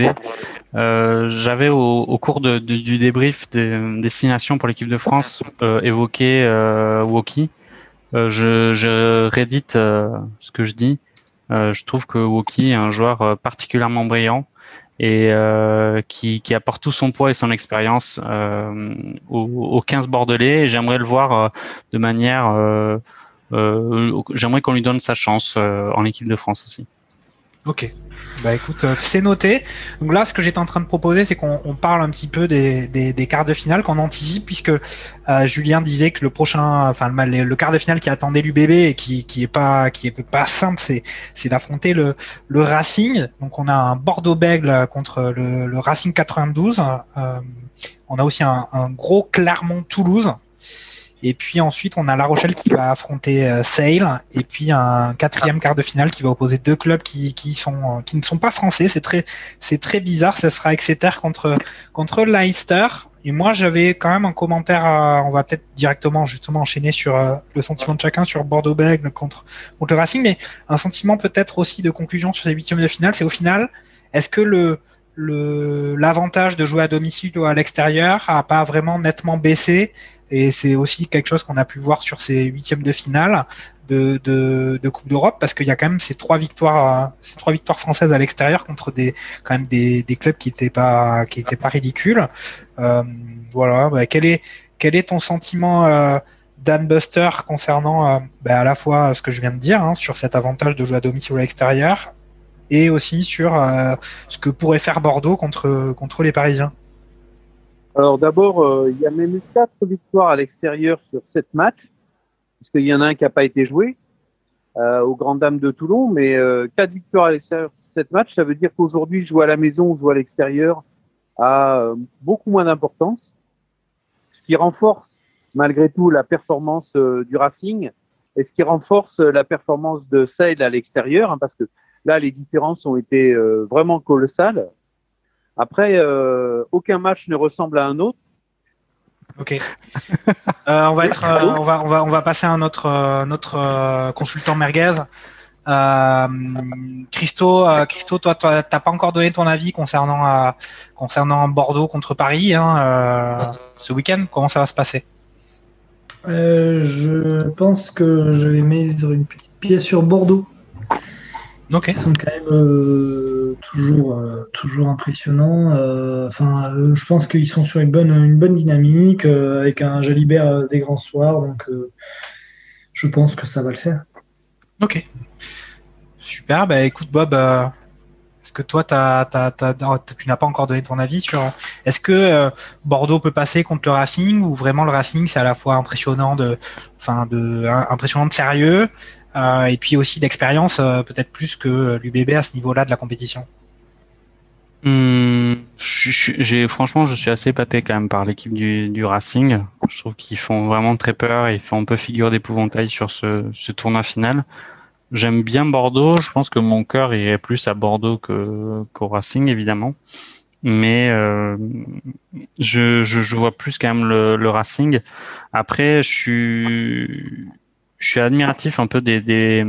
Euh, j'avais au, au cours de, de, du débrief des destinations pour l'équipe de France euh, évoqué euh, Woki. Euh, je, je réédite euh, ce que je dis. Euh, je trouve que Woki est un joueur euh, particulièrement brillant et euh, qui, qui apporte tout son poids et son expérience euh, au, au quinze bordelais. Et j'aimerais le voir euh, de manière... Euh, euh, j'aimerais qu'on lui donne sa chance euh, en équipe de France aussi. Ok. Bah écoute, euh, c'est noté. Donc là, ce que j'étais en train de proposer, c'est qu'on on parle un petit peu des, des, des quarts de finale, qu'on anticipe, puisque euh, Julien disait que le prochain, enfin le, le quart de finale qui attendait l'U B B et qui qui est pas qui est pas simple, c'est c'est d'affronter le le Racing. Donc on a un Bordeaux-Bègles contre le, le Racing quatre-vingt-douze. Euh, on a aussi un, un gros Clermont-Toulouse. Et puis ensuite, on a La Rochelle qui va affronter euh, Sale, et puis un quatrième quart de finale qui va opposer deux clubs qui qui sont euh, qui ne sont pas français. C'est très c'est très bizarre. Ce sera Exeter contre contre Leicester. Et moi, j'avais quand même un commentaire. À, on va peut-être directement justement enchaîner sur euh, le sentiment de chacun sur Bordeaux-Bègles contre contre le Racing, mais un sentiment peut-être aussi de conclusion sur ces huitièmes de finale. C'est au final, est-ce que le le l'avantage de jouer à domicile ou à l'extérieur a pas vraiment nettement baissé? Et c'est aussi quelque chose qu'on a pu voir sur ces huitièmes de finale de, de, de Coupe d'Europe, parce qu'il y a quand même ces trois victoires, ces trois victoires françaises à l'extérieur contre des, quand même des, des clubs qui étaient pas, qui étaient pas ridicules. Euh, voilà. Bah, quel est, quel est ton sentiment, euh, Dan Buster, concernant euh, bah, à la fois ce que je viens de dire, hein, sur cet avantage de jouer à domicile ou à l'extérieur, et aussi sur euh, ce que pourrait faire Bordeaux contre, contre les Parisiens? Alors d'abord, euh, il y a même eu quatre victoires à l'extérieur sur sept matchs, parce qu'il y en a un qui n'a pas été joué euh, aux Grandes Dames de Toulon, mais euh, quatre victoires à l'extérieur sur sept matchs, ça veut dire qu'aujourd'hui, jouer à la maison ou jouer à l'extérieur a euh, beaucoup moins d'importance, ce qui renforce malgré tout la performance euh, du Racing, et ce qui renforce euh, la performance de Sale à l'extérieur, hein, parce que là, les différences ont été euh, vraiment colossales. Après, euh, aucun match ne ressemble à un autre. Ok. euh, on va être, euh, on va, on va, on va passer à un autre, euh, notre euh, consultant merguez. Euh, Christo, euh, Christo, toi, toi, t'as pas encore donné ton avis concernant, euh, concernant Bordeaux contre Paris, hein, euh, ce week-end. Comment ça va se passer? euh, Je pense que je vais mettre une petite pièce sur Bordeaux. Ok. Ils sont quand même euh, toujours, euh, toujours impressionnants. Euh, enfin, euh, je pense qu'ils sont sur une bonne, une bonne dynamique euh, avec un Jalibert euh, des grands soirs. Donc, euh, je pense que ça va le faire. Ok. Super. Bah, écoute, Bob, euh, est-ce que toi, t'as, t'as, t'as, tu n'as pas encore donné ton avis sur est-ce que euh, Bordeaux peut passer contre le Racing, ou vraiment le Racing c'est à la fois impressionnant de, enfin, de, impressionnant de sérieux. euh, et puis aussi d'expérience, euh, peut-être plus que l'U B B à ce niveau-là de la compétition. Hum, je, je, j'ai, franchement, je suis assez épaté quand même par l'équipe du, du Racing. Je trouve qu'ils font vraiment très peur et ils font un peu figure d'épouvantail sur ce, ce tournoi final. J'aime bien Bordeaux. Je pense que mon cœur irait plus à Bordeaux que, qu'au Racing, évidemment. Mais euh, je, je, je vois plus quand même le, le Racing. Après, je suis, je suis admiratif un peu des, des,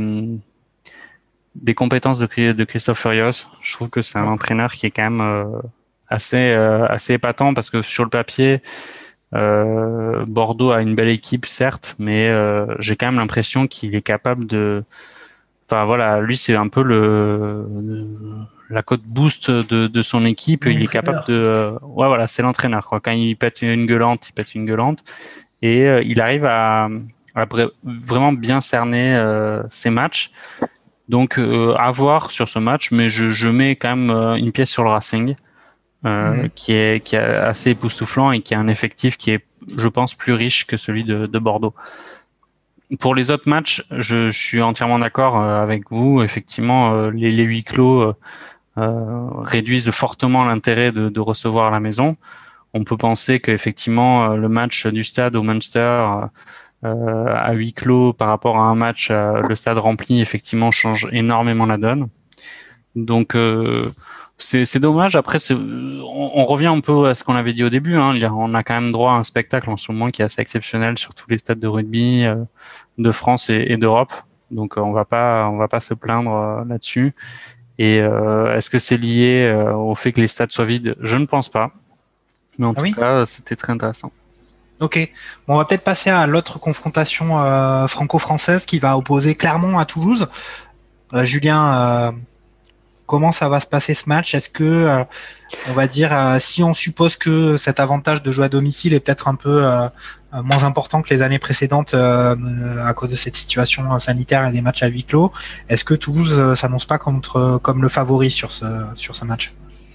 des compétences de, de Christophe Furios. Je trouve que c'est un entraîneur qui est quand même euh, assez, euh, assez épatant parce que sur le papier, euh, Bordeaux a une belle équipe, certes, mais euh, j'ai quand même l'impression qu'il est capable de... Enfin voilà, lui c'est un peu le... la cote boost de, de son équipe. Il est capable de... Euh, ouais voilà, c'est l'entraîneur, quoi. Quand il pète une gueulante, il pète une gueulante. Et euh, il arrive à, à vraiment bien cerner euh, ses matchs. Donc euh, à voir sur ce match, mais je, je mets quand même euh, une pièce sur le Racing, euh, mmh. qui est qui est assez époustouflant et qui a un effectif qui est, je pense, plus riche que celui de, de Bordeaux. Pour les autres matchs, je, je suis entièrement d'accord euh, avec vous. Effectivement, euh, les, les huis clos euh, euh, réduisent fortement l'intérêt de, de recevoir à la maison. On peut penser qu'effectivement, euh, le match du Stade au Munster euh, à huis clos par rapport à un match, euh, le stade rempli, effectivement, change énormément la donne. Donc, euh, c'est, c'est dommage. Après, c'est, on, on revient un peu à ce qu'on avait dit au début. Hein. On a quand même droit à un spectacle en ce moment qui est assez exceptionnel sur tous les stades de rugby euh, de France et, et d'Europe. Donc, on va pas, on va pas se plaindre euh, là-dessus. Et euh, est-ce que c'est lié euh, au fait que les stades soient vides ? Je ne pense pas. Mais en ah tout oui cas, c'était très intéressant. Ok, bon, on va peut-être passer à l'autre confrontation euh, franco-française qui va opposer Clermont à Toulouse. Euh, Julien, euh, comment ça va se passer ce match ? Est-ce que, euh, on va dire, euh, si on suppose que cet avantage de jouer à domicile est peut-être un peu euh, moins important que les années précédentes euh, à cause de cette situation sanitaire et des matchs à huis clos, est-ce que Toulouse euh, s'annonce pas contre, comme le favori sur ce, sur ce match ?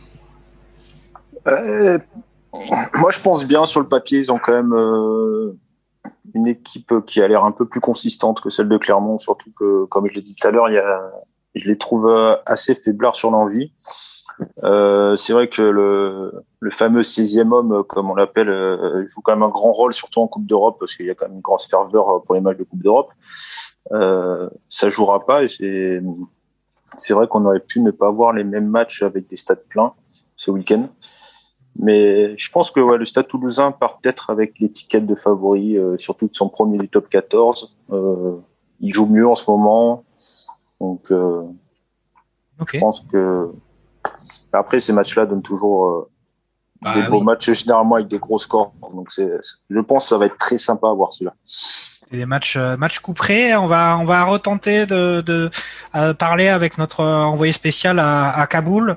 euh... Moi, je pense bien sur le papier, ils ont quand même euh, une équipe qui a l'air un peu plus consistante que celle de Clermont, surtout que, comme je l'ai dit tout à l'heure, il y a, je les trouve assez faiblards sur l'envie. Euh, c'est vrai que le, le fameux sixième homme, comme on l'appelle, euh, joue quand même un grand rôle, surtout en Coupe d'Europe, parce qu'il y a quand même une grosse ferveur pour les matchs de Coupe d'Europe. Euh, ça jouera pas, et c'est, c'est vrai qu'on aurait pu ne pas avoir les mêmes matchs avec des stades pleins ce week-end. Mais je pense que ouais, le Stade Toulousain part peut-être avec l'étiquette de favori, euh, surtout de son premier du top quatorze. Euh, il joue mieux en ce moment. Donc, euh, okay. Je pense que... Après, ces matchs-là donnent toujours euh, bah, des beaux oui. matchs, généralement avec des gros scores. Donc, c'est, c'est... je pense que ça va être très sympa à voir celui-là. Et les matchs, euh, matchs couperés, on va, on va retenter de, de euh, parler avec notre envoyé spécial à, à Kaboul.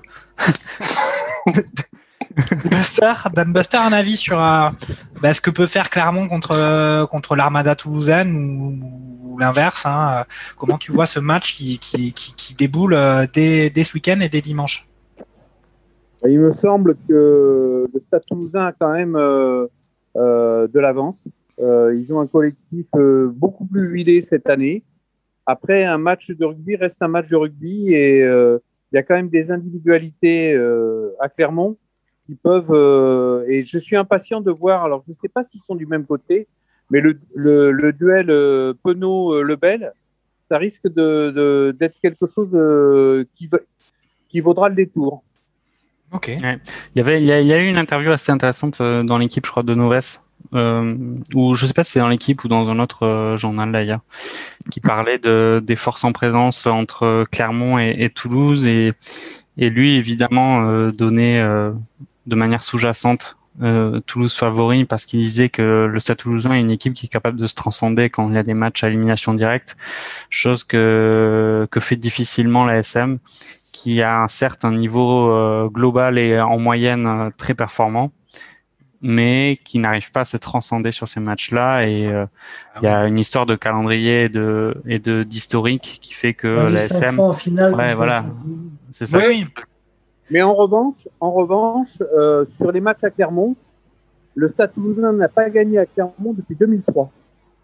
Buster, Dan Buster, un avis sur euh, bah, ce que peut faire Clermont contre euh, contre l'Armada toulousaine ou, ou l'inverse. Hein. Comment tu vois ce match qui qui, qui, qui déboule euh, dès, dès ce week-end et dès dimanche ? Il me semble que le Stade Toulousain a quand même euh, euh, de l'avance. Euh, ils ont un collectif euh, beaucoup plus huilé cette année. Après, un match de rugby reste un match de rugby et euh, il y a quand même des individualités euh, à Clermont qui peuvent, euh, et je suis impatient de voir, alors je ne sais pas s'ils sont du même côté, mais le, le, le duel euh, Penaud-Lebel, ça risque de, de, d'être quelque chose euh, qui, qui vaudra le détour. Ok. Ouais. Il, y avait, il, y a, il y a eu une interview assez intéressante dans l'équipe, je crois, de Noves, euh, ou je ne sais pas si c'est dans l'équipe ou dans un autre euh, journal d'ailleurs, qui parlait de, des forces en présence entre Clermont et, et Toulouse, et, et lui, évidemment, euh, donnait... Euh, de manière sous-jacente euh, Toulouse favori parce qu'il disait que le Stade Toulousain est une équipe qui est capable de se transcender quand il y a des matchs à élimination directe, chose que que fait difficilement la S M, qui a un certain niveau euh, global et en moyenne euh, très performant, mais qui n'arrive pas à se transcender sur ces matchs-là. Et euh, il y a une histoire de calendrier et de et de d'historique qui fait que ouais, la S M, en finale, ouais, voilà, c'est ça. Oui. Mais en revanche, en revanche, euh, sur les matchs à Clermont, le Stade Toulousain n'a pas gagné à Clermont depuis deux mille trois.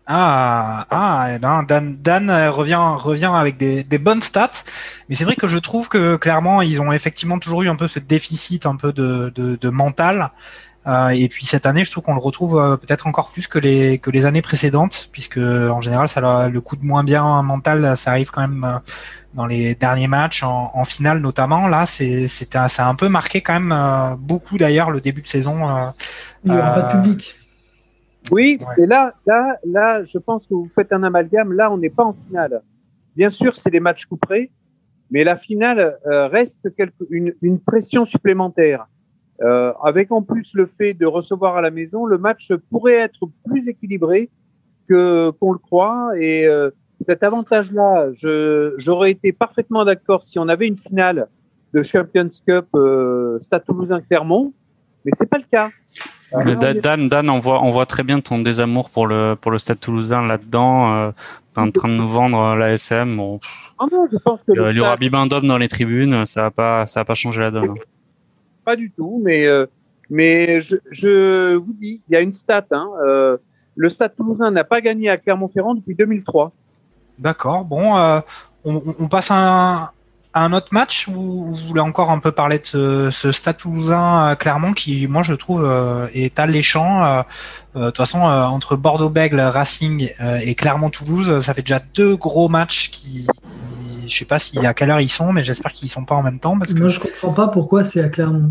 Ah, ah eh ben Dan, Dan euh, revient, revient avec des, des bonnes stats, mais c'est vrai que je trouve que clairement ils ont effectivement toujours eu un peu ce déficit un peu de, de, de mental. Euh, et puis cette année, je trouve qu'on le retrouve euh, peut-être encore plus que les que les années précédentes, puisque en général, ça leur- le coup de moins bien mental, ça arrive quand même euh, dans les derniers matchs, en, en finale notamment. Là, c'est c'était un- ça a un peu marqué quand même euh, beaucoup d'ailleurs le début de saison. Euh, Il n'y aura pas de euh, public. Oui, Ouais. et là, là, là, je pense que vous faites un amalgame. Là, on n'est pas en finale. Bien sûr, c'est des matchs couperés, mais la finale euh, reste quelque, une, une pression supplémentaire. Euh, avec en plus le fait de recevoir à la maison, le match pourrait être plus équilibré que qu'on le croit. Et euh, cet avantage-là, je, j'aurais été parfaitement d'accord si on avait une finale de Champions Cup euh, Stade Toulousain-Clermont, mais c'est pas le cas. Mais Alors, Dan, Dan, Dan, on voit, on voit très bien ton désamour pour le, pour le Stade Toulousain là-dedans. Euh, t'es en train de nous vendre l'A S M. Bon, ah non, je pense que il y le aura stade, Bibendum dans les tribunes. Ça va pas, ça va pas changer la donne. Hein. pas du tout, mais euh, mais je, je vous dis, il y a une stat. Hein, euh, le Stade Toulousain n'a pas gagné à Clermont-Ferrand depuis deux mille trois. D'accord. Bon, euh, on, on passe à un, à un autre match ou vous voulez encore un peu parler de ce, ce Stade Toulousain euh, Clermont qui, moi, je trouve, euh, est alléchant. Euh, euh, De toute façon, euh, entre Bordeaux-Bègles, Racing euh, et Clermont-Toulouse, ça fait déjà deux gros matchs qui, qui- je sais pas si à quelle heure ils sont, mais j'espère qu'ils sont pas en même temps parce que Moi, je comprends pas pourquoi c'est à Clermont.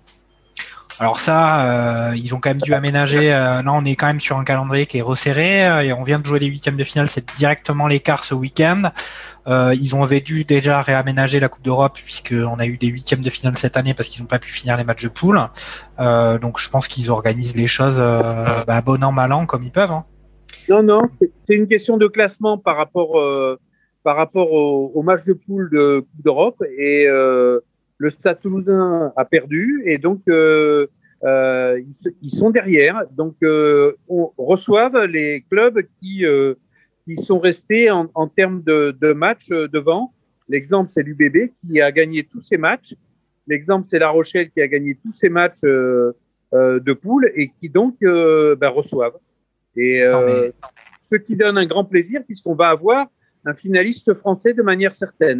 alors ça, euh, ils ont quand même dû aménager. Euh, là, on est quand même sur un calendrier qui est resserré. Euh, et on vient de jouer les huitièmes de finale, c'est directement l'écart ce week-end. Euh, ils ont avait dû déjà réaménager la Coupe d'Europe puisqu'on a eu des huitièmes de finale cette année parce qu'ils n'ont pas pu finir les matchs de poule. Euh, donc je pense qu'ils organisent les choses euh, bah, bon an mal an comme ils peuvent. Hein. Non, non, c'est, c'est une question de classement par rapport euh, par rapport au, au match de poule de Coupe d'Europe et euh, le Stade Toulousain a perdu et donc euh, euh, ils, ils sont derrière. Donc euh, on reçoivent les clubs qui euh, qui sont restés en, en termes de, de matchs devant. L'exemple c'est l'U B B qui a gagné tous ses matchs. L'exemple c'est La Rochelle qui a gagné tous ses matchs euh, euh, de poule et qui donc euh, ben, reçoivent. Et Attends, euh, mais... ce qui donne un grand plaisir puisqu'on va avoir un finaliste français de manière certaine.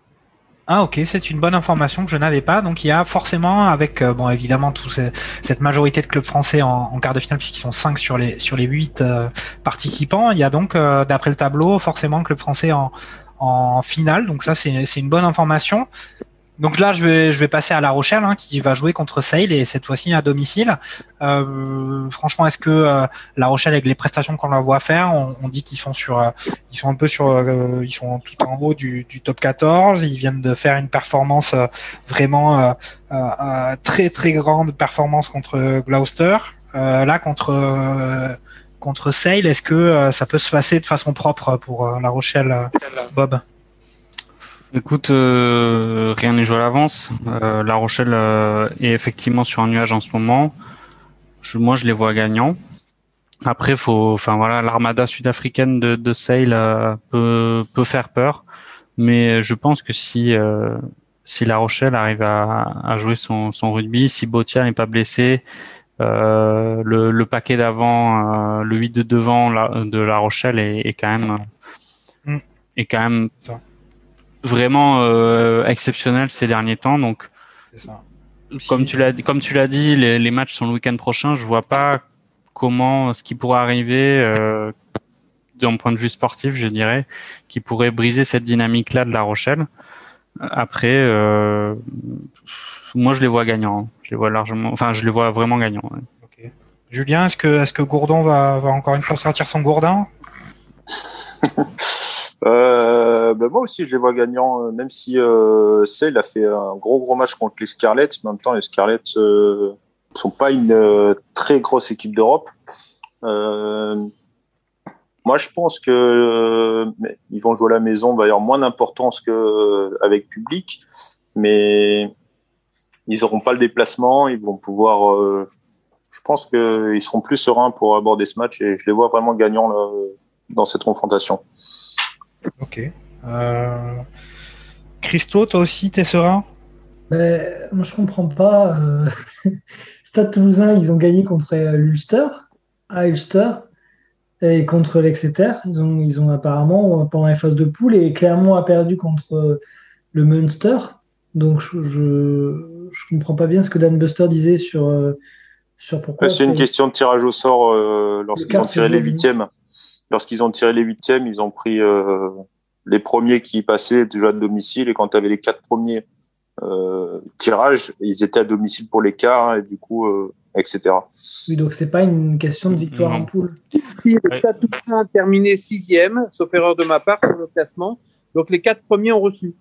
Ah ok, c'est une bonne information que je n'avais pas. Donc il y a forcément, avec euh, bon évidemment tout ce, cette majorité de clubs français en, en quart de finale puisqu'ils sont cinq sur les sur les huit euh, participants, il y a donc euh, d'après le tableau forcément un club français en en finale. Donc ça c'est c'est une bonne information. Donc là, je vais, je vais passer à La Rochelle, hein, qui va jouer contre Sale et cette fois-ci à domicile. Euh, franchement, est-ce que euh, La Rochelle, avec les prestations qu'on leur voit faire, on, on dit qu'ils sont sur, euh, ils sont un peu sur, euh, ils sont tout en haut du, du top quatorze. Ils viennent de faire une performance euh, vraiment euh, euh, très très grande performance contre Gloucester. Euh, là, contre euh, contre Sale, est-ce que euh, ça peut se passer de façon propre pour euh, La Rochelle, euh, Bob? Écoute, euh, rien n'est joué à l'avance. Euh, La Rochelle euh, est effectivement sur un nuage en ce moment. Je, moi, je les vois gagnants. Après, faut, enfin voilà, l'armada sud-africaine de, de Sale euh, peut peut faire peur, mais je pense que si euh, si La Rochelle arrive à, à jouer son son rugby, si Botia n'est pas blessé, euh, le le paquet d'avant, euh, le huit de devant la, de La Rochelle est, est quand même Mm. est quand même Ça. vraiment euh, exceptionnel ces derniers temps. Donc, C'est ça. comme tu l'as, comme tu l'as dit, les, les matchs sont le week-end prochain. Je vois pas comment, ce qui pourrait arriver euh, d'un point de vue sportif, je dirais, qui pourrait briser cette dynamique-là de La Rochelle. Après, euh, moi, je les vois gagnants. Je les vois largement, enfin, je les vois vraiment gagnants. Ouais. Okay. Julien, est-ce que, est-ce que Gourdon va, va encore une fois sortir son gourdin? Euh, ben moi aussi, je les vois gagnants, même si euh, Sale a fait un gros gros match contre les Scarlets. Mais en même temps, les Scarlets euh, sont pas une euh, très grosse équipe d'Europe. Euh, moi, je pense que euh, ils vont jouer à la maison, il va y avoir moins d'importance qu'avec public, mais ils n'auront pas le déplacement, ils vont pouvoir. Euh, je pense qu'ils seront plus sereins pour aborder ce match et je les vois vraiment gagnants là, dans cette confrontation. Ok. Euh... Christo, toi aussi, t'es serein? Ben, moi, je comprends pas. Euh... Stade Toulousain, ils ont gagné contre l'Ulster, à Ulster. et contre l'Exeter. Ils ont, ils ont apparemment, pendant les phases de poule, et Clermont a perdu contre le Munster. Donc, je ne comprends pas bien ce que Dan Buster disait sur, euh, sur pourquoi. C'est une question de tirage au sort euh, lorsqu'ils ont tiré les huitièmes. Lorsqu'ils ont tiré les huitièmes, ils ont pris euh, les premiers qui passaient déjà à domicile, et quand tu avais les quatre premiers euh, tirages, ils étaient à domicile pour les quarts, hein, et du coup, euh, et cetera. Oui, donc c'est pas une question de victoire non. en poule. Si le Stade Toulousain a terminé sixième, sauf erreur de ma part sur le classement, donc les quatre premiers ont reçu.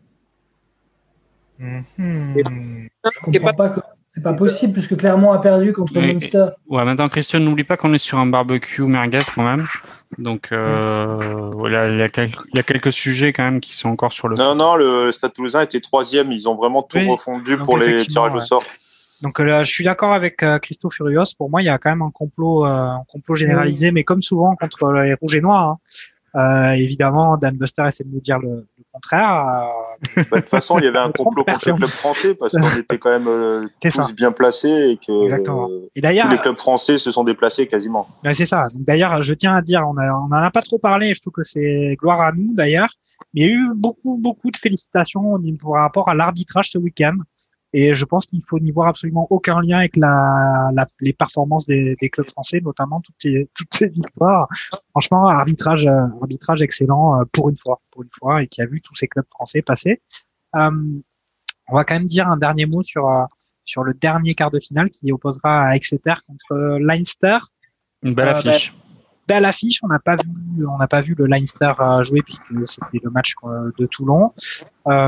Mmh. Et, je comprends pas que c'est pas possible puisque Clermont a perdu contre et, Munster. Ouais, maintenant Christian, n'oublie pas qu'on est sur un barbecue merguez quand même. Donc euh, voilà, il y a quelques, il y a quelques sujets quand même qui sont encore sur le. Non, non, le Stade Toulousain était troisième. Ils ont vraiment tout oui. refondu donc, pour les tirages ouais. au sort. Donc euh, je suis d'accord avec euh, Christo Furios. Pour moi, il y a quand même un complot, euh, un complot généralisé, oui. mais comme souvent contre les rouges et noirs. Hein. Euh, évidemment, Dan Buster essaie de nous dire le, le contraire. Euh, bah, de toute façon, il y avait un complot contre le club français parce qu'on était quand même euh, tous ça. bien placés et que Exactement. Et tous les clubs français se sont déplacés quasiment. Bah, c'est ça. Donc, d'ailleurs, je tiens à dire, on n'en a, a pas trop parlé. Je trouve que c'est gloire à nous d'ailleurs. Mais il y a eu beaucoup, beaucoup de félicitations par rapport à l'arbitrage ce week-end. Et je pense qu'il faut n'y voir absolument aucun lien avec la, la les performances des, des clubs français, notamment toutes ces, toutes ces victoires. Franchement, arbitrage, arbitrage excellent pour une fois, pour une fois, et qui a vu tous ces clubs français passer. Euh, on va quand même dire un dernier mot sur sur le dernier quart de finale qui opposera à Exeter contre Leinster. Une belle affiche. Euh, bah, belle affiche. On n'a pas vu, on n'a pas vu le Leinster jouer puisque c'était le match de Toulon. Euh,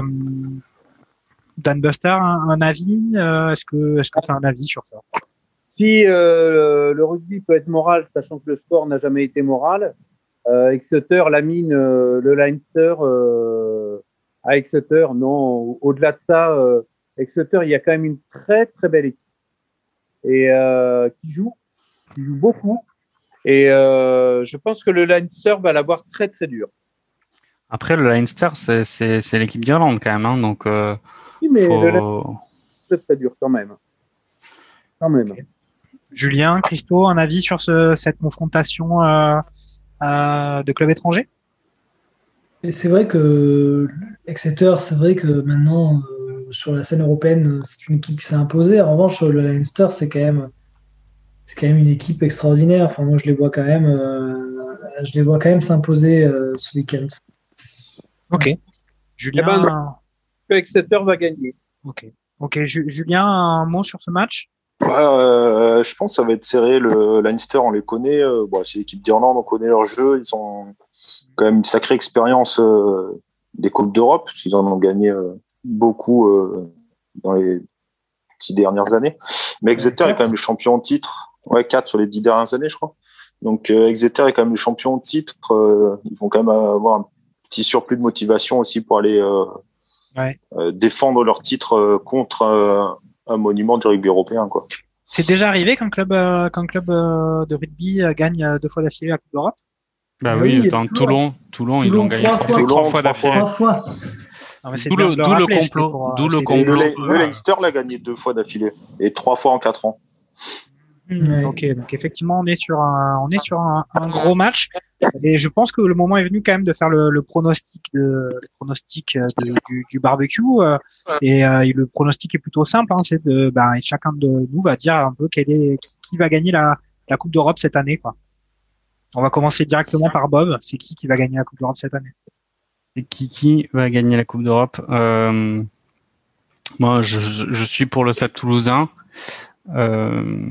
Dan Buster, un, un avis euh, Est-ce que est-ce que tu as un avis sur ça? Si euh, le rugby peut être moral, sachant que le sport n'a jamais été moral, euh, Exeter, la mine, euh, le Leinster euh, à Exeter, non. Au-delà de ça, euh, Exeter, il y a quand même une très très belle équipe et euh, qui joue, qui joue beaucoup. Et euh, je pense que le Leinster va l'avoir très très dur. Après, le Leinster, c'est c'est, c'est l'équipe d'Irlande quand même, hein, donc. Euh... mais Faut... le... c'est très dur quand même. Quand même. Okay. Julien, Christo, un avis sur ce, cette confrontation euh, euh, de clubs étrangers? Et c'est vrai que Exeter, c'est vrai que maintenant euh, sur la scène européenne, c'est une équipe qui s'est imposée. En revanche, le Leinster, c'est quand même, c'est quand même une équipe extraordinaire. Enfin, moi, je les vois quand même, euh, je les vois quand même s'imposer euh, ce week-end. Ok. Julien. Eh ben, que Exeter va gagner. Ok. Ok. Ju- Julien, un mot sur ce match? Ouais, euh, je pense que ça va être serré. Le Leinster, on les connaît. Euh, bon, c'est l'équipe d'Irlande, on connaît leur jeu. Ils ont quand même une sacrée expérience euh, des Coupes d'Europe. Ils en ont gagné euh, beaucoup euh, dans les dix dernières années. Mais Exeter est quand même le champion en titre. Ouais, quatre sur les dix dernières années, je crois. Donc euh, Exeter est quand même le champion en titre. Euh, ils vont quand même avoir un petit surplus de motivation aussi pour aller euh, ouais. euh, défendre leur titre euh, contre euh, un monument du rugby européen, quoi. C'est déjà arrivé qu'un club, euh, qu'un club euh, de rugby euh, gagne euh, deux fois d'affilée la Coupe d'Europe? Bah oui, oui attends, Toulon, Toulon, ils l'ont gagné trois, Toulon, trois fois d'affilée. Trois fois. Non, mais c'est d'où le, d'où le complot. Pour, euh, d'où le complot. Le, le Leinster l'a gagné deux fois d'affilée et trois fois en quatre ans. Mmh, ouais. Ok, donc effectivement, on est sur un, on est sur un, un gros match. Et je pense que le moment est venu quand même de faire le, le pronostic, de, le pronostic de, du, du barbecue. Euh, et, euh, et le pronostic est plutôt simple, hein, c'est de, bah, chacun de nous va dire un peu quel est, qui, qui va gagner la, la Coupe d'Europe cette année, quoi. On va commencer directement par Bob. C'est qui qui va gagner la Coupe d'Europe cette année? Et qui qui va gagner la Coupe d'Europe? euh, Moi, je, je suis pour le Stade Toulousain. Euh,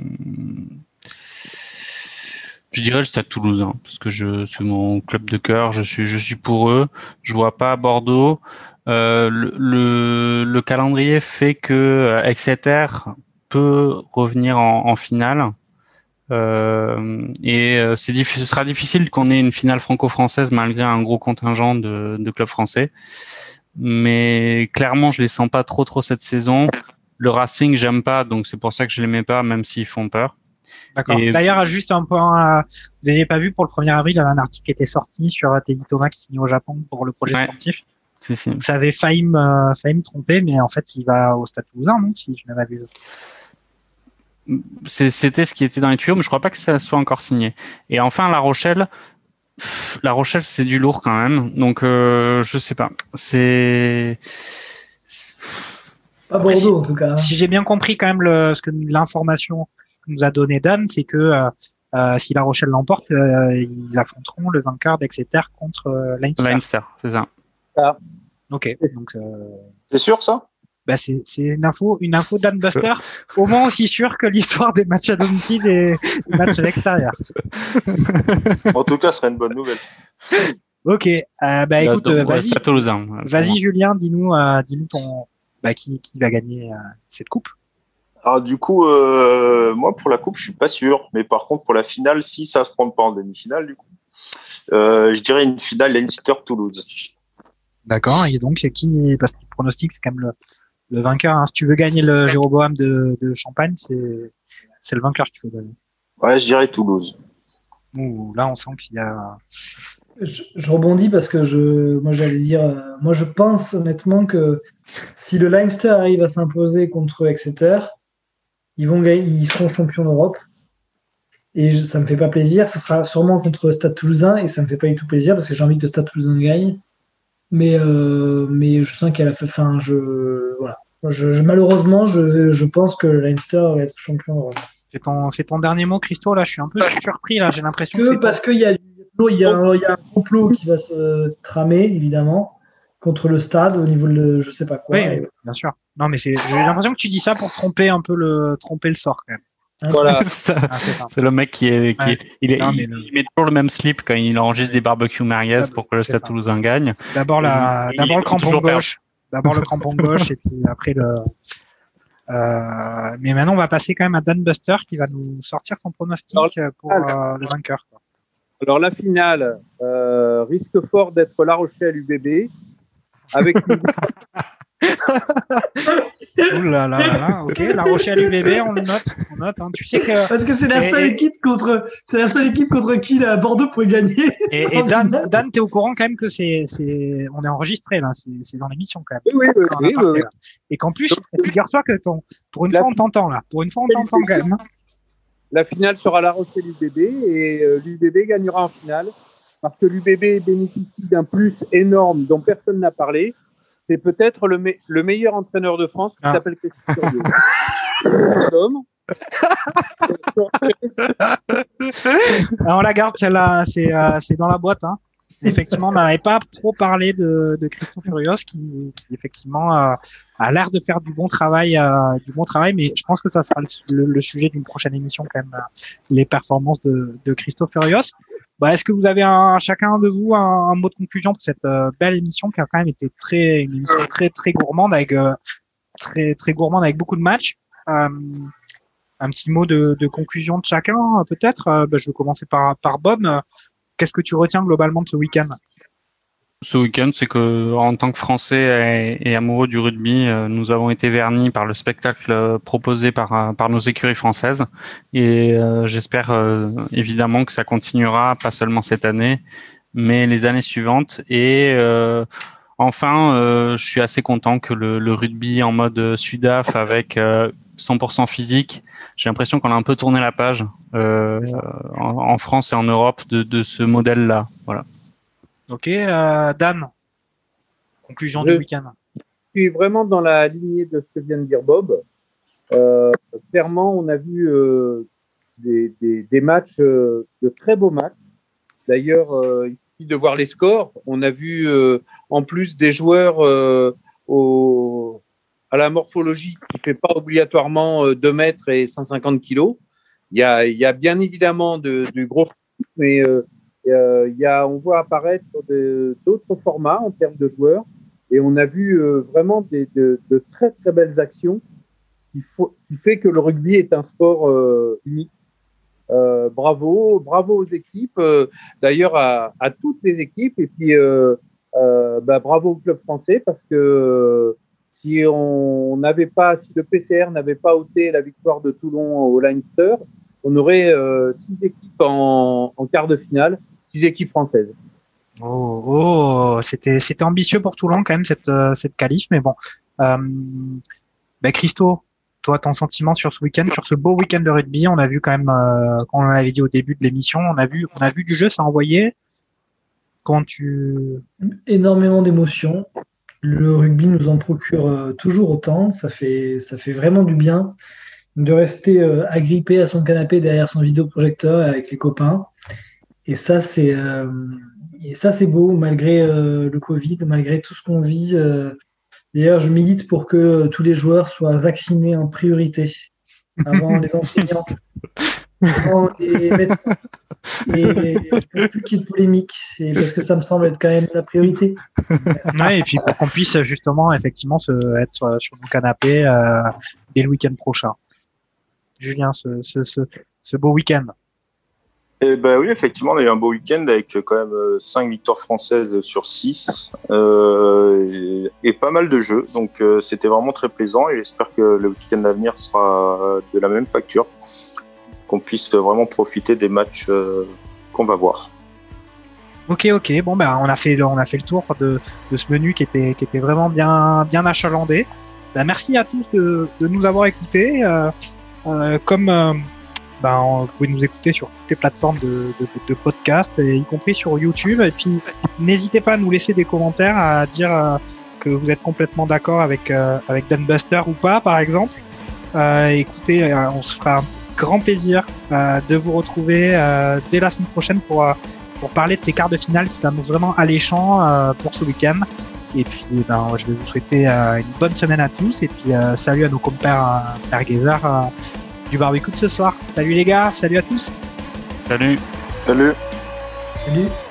je dirais le Stade Toulousain parce que je c'est mon club de cœur. Je suis je suis pour eux. Je vois pas Bordeaux. Euh, le, le le calendrier fait que Exeter peut revenir en, en finale. Euh, et c'est difficile, ce sera difficile qu'on ait une finale franco-française malgré un gros contingent de, de clubs français. Mais clairement, je les sens pas trop trop cette saison. Le Racing, j'aime pas, donc c'est pour ça que je les mets pas, même s'ils font peur. D'accord. Et... D'ailleurs, juste un point, euh, vous n'avez pas vu, pour le premier avril, il y avait un article qui était sorti sur Teddy Thomas qui signe au Japon pour le projet ouais. sportif. Si, si. Ça avait failli me, failli me tromper, mais en fait, il va au Stade Toulousain, non, si je n'avais pas vu. c'est, c'était ce qui était dans les tuyaux, mais je crois pas que ça soit encore signé. Et enfin, La Rochelle, pff, La Rochelle, c'est du lourd quand même. Donc, euh, je sais pas. C'est Pas Après, si, Bordeaux, en tout cas. si j'ai bien compris quand même le, ce que l'information que nous a donné Dan, c'est que euh, euh, si La Rochelle l'emporte, euh, ils affronteront le vainqueur d'Exeter contre euh, Leinster. Leinster, c'est ça. Ah. Ok, donc euh, C'est sûr ça? bah c'est c'est une info, une info Dan Buster, au moins aussi sûre que l'histoire des matchs à domicile et des matchs à l'extérieur. En tout cas, ce serait une bonne nouvelle. Ok, euh, bah écoute, Donc, euh, ouais, vas-y, c'est à Toulousain. vas-y Julien, dis-nous, euh, dis-nous ton, bah qui qui va gagner euh, cette coupe. Alors du coup, euh, moi pour la coupe, je suis pas sûr, mais par contre pour la finale, si ça s'affronte pas en demi-finale, du coup, euh, je dirais une finale Leinster-Toulouse. D'accord, et donc qui, parce que le pronostic c'est quand même le, le vainqueur. Hein. Si tu veux gagner le Jéroboam de, de Champagne, c'est c'est le vainqueur qu'il faut donner. Ouais, je dirais Toulouse. Ouh, là on sent qu'il y a. Je, je rebondis parce que je, moi j'allais dire, euh, moi je pense honnêtement que si le Leinster arrive à s'imposer contre Exeter, ils vont gagner, ils seront champions d'Europe. Et je, ça me fait pas plaisir. Ça sera sûrement contre Stade Toulousain et ça me fait pas du tout plaisir parce que j'ai envie que le Stade Toulousain gagne. Mais euh, mais je sens qu'à la fin, je voilà. Je, je, malheureusement, je, je pense que Leinster va être champion d'Europe. C'est ton, c'est ton dernier mot, Christo. Là, je suis un peu surpris. Là, j'ai l'impression que, que c'est parce qu'il y a, il y, a un, il y a un complot qui va se tramer, évidemment, contre le stade au niveau de, je sais pas quoi. Oui, et... bien sûr. Non, mais c'est, j'ai l'impression que tu dis ça pour tromper un peu le, tromper le sort quand même. Voilà. c'est, ah, c'est, c'est le mec qui est, qui ouais. est, il, est, non, il, le... il met toujours le même slip quand il enregistre ouais. des barbecues merguez ah, pour que le Stade Toulousain gagne. D'abord la, il, d'abord il le crampon gauche, d'abord le crampon gauche et puis après le. Euh, mais maintenant, on va passer quand même à Dan Buster qui va nous sortir son pronostic Alors, pour euh, le vainqueur. Quoi. Alors la finale euh, risque fort d'être La Rochelle U B B avec. Ouh là là là là, ok, La Rochelle U B B, on le note, on note. Hein. Tu sais que parce que c'est la seule et, équipe contre, c'est la seule équipe contre qui la Bordeaux pourrait gagner. Et, et Dan, Dan, t'es au courant quand même que c'est, c'est, on est enregistré là, c'est, c'est dans l'émission quand même. Oui, oui, oui, oui, oui. Et qu'en plus, figure-toi que ton, pour une la fois on t'entend là, pour une fois on t'entend quand même. La finale sera La Rochelle U B B et euh, l'U B B gagnera en finale parce que l'U B B bénéficie d'un plus énorme dont personne n'a parlé. C'est peut-être le, me- le meilleur entraîneur de France qui ah. s'appelle Christophe Furios. Alors, on la garde, celle-là, c'est, euh, c'est dans la boîte. Hein. Effectivement, on n'avait pas trop parlé de, de Christophe Furios qui, qui effectivement euh, a l'air de faire du bon travail, euh, du bon travail, mais je pense que ça sera le, le, le sujet d'une prochaine émission quand même, euh, les performances de, de Christophe Furios. Bah, est-ce que vous avez un, chacun de vous un, un mot de conclusion pour cette euh, belle émission qui a quand même été très, une émission très très gourmande avec euh, très très gourmande avec beaucoup de matchs. Euh, un petit mot de, de conclusion de chacun peut-être. Euh, bah, je vais commencer par par Bob. Qu'est-ce que tu retiens globalement de ce week-end? Ce week-end, c'est que en tant que Français et, et amoureux du rugby, euh, nous avons été vernis par le spectacle proposé par par nos écuries françaises, et euh, j'espère euh, évidemment que ça continuera, pas seulement cette année, mais les années suivantes. Et euh, enfin, euh, je suis assez content que le, le rugby en mode Sudaf avec euh, cent pour cent physique, j'ai l'impression qu'on a un peu tourné la page euh, en, en France et en Europe de, de ce modèle-là. Voilà. Ok, euh, Dan, conclusion je du week-end. Je suis vraiment dans la lignée de ce que vient de dire Bob. Euh, clairement, on a vu euh, des, des, des matchs, euh, de très beaux matchs. D'ailleurs, euh, il suffit de voir les scores. On a vu euh, en plus des joueurs euh, au, à la morphologie qui ne fait pas obligatoirement euh, deux mètres et cent cinquante kilos. Il y a, il y a bien évidemment de, du gros, mais euh, Euh, y a, on voit apparaître de, d'autres formats en termes de joueurs et on a vu euh, vraiment des, de, de très très belles actions qui, faut, qui fait que le rugby est un sport euh, unique. Euh, bravo, bravo aux équipes, euh, d'ailleurs à, à toutes les équipes et puis euh, euh, bah, bravo au club français parce que euh, si on n'avait pas, si le P C R n'avait pas ôté la victoire de Toulon au Leinster, on aurait euh, six équipes en, en quart de finale. Six équipes françaises. Oh, oh, c'était, c'était ambitieux pour Toulon quand même cette, cette qualif, mais bon. Euh, ben Christo, toi, ton sentiment sur ce week-end, sur ce beau week-end de rugby, on a vu quand même, euh, comme on l'avait dit au début de l'émission, on a vu, on a vu du jeu, ça a envoyé. Quand tu énormément d'émotions. Le rugby nous en procure euh, toujours autant. Ça fait, ça fait vraiment du bien de rester euh, agrippé à son canapé derrière son vidéoprojecteur avec les copains. Et ça, c'est, euh, et ça, c'est beau malgré euh, le Covid, malgré tout ce qu'on vit. Euh, D'ailleurs, je milite pour que tous les joueurs soient vaccinés en priorité avant les enseignants, avant les médecins, et pour plus qu'il y ait de polémique, et parce que ça me semble être quand même la priorité. Ouais, et puis pour qu'on puisse justement, effectivement, se, être sur nos canapés euh, dès le week-end prochain. Julien, ce, ce, ce, ce beau week-end. Eh ben oui, effectivement, on a eu un beau week-end avec quand même cinq victoires françaises sur six euh, et, et pas mal de jeux. Donc euh, c'était vraiment très plaisant et j'espère que le week-end à venir sera de la même facture, qu'on puisse vraiment profiter des matchs euh, qu'on va voir. Ok, ok. Bon, ben on a fait, on a fait le tour de, de ce menu qui était, qui était vraiment bien, bien achalandé. Ben, merci à tous de, de nous avoir écoutés. Euh, euh, comme euh, Ben, vous pouvez nous écouter sur toutes les plateformes de, de, de podcast, y compris sur YouTube. Et puis, n'hésitez pas à nous laisser des commentaires, à dire euh, que vous êtes complètement d'accord avec, euh, avec Dan Buster ou pas, par exemple. Euh, écoutez, euh, on se fera un grand plaisir euh, de vous retrouver euh, dès la semaine prochaine pour, euh, pour parler de ces quarts de finale qui s'annoncent vraiment alléchants euh, pour ce week-end. Et puis, ben, je vais vous souhaiter euh, une bonne semaine à tous. Et puis, euh, salut à nos compères euh, merguezards euh, du barbecue de ce soir. Salut les gars, salut à tous. Salut. Salut. Salut.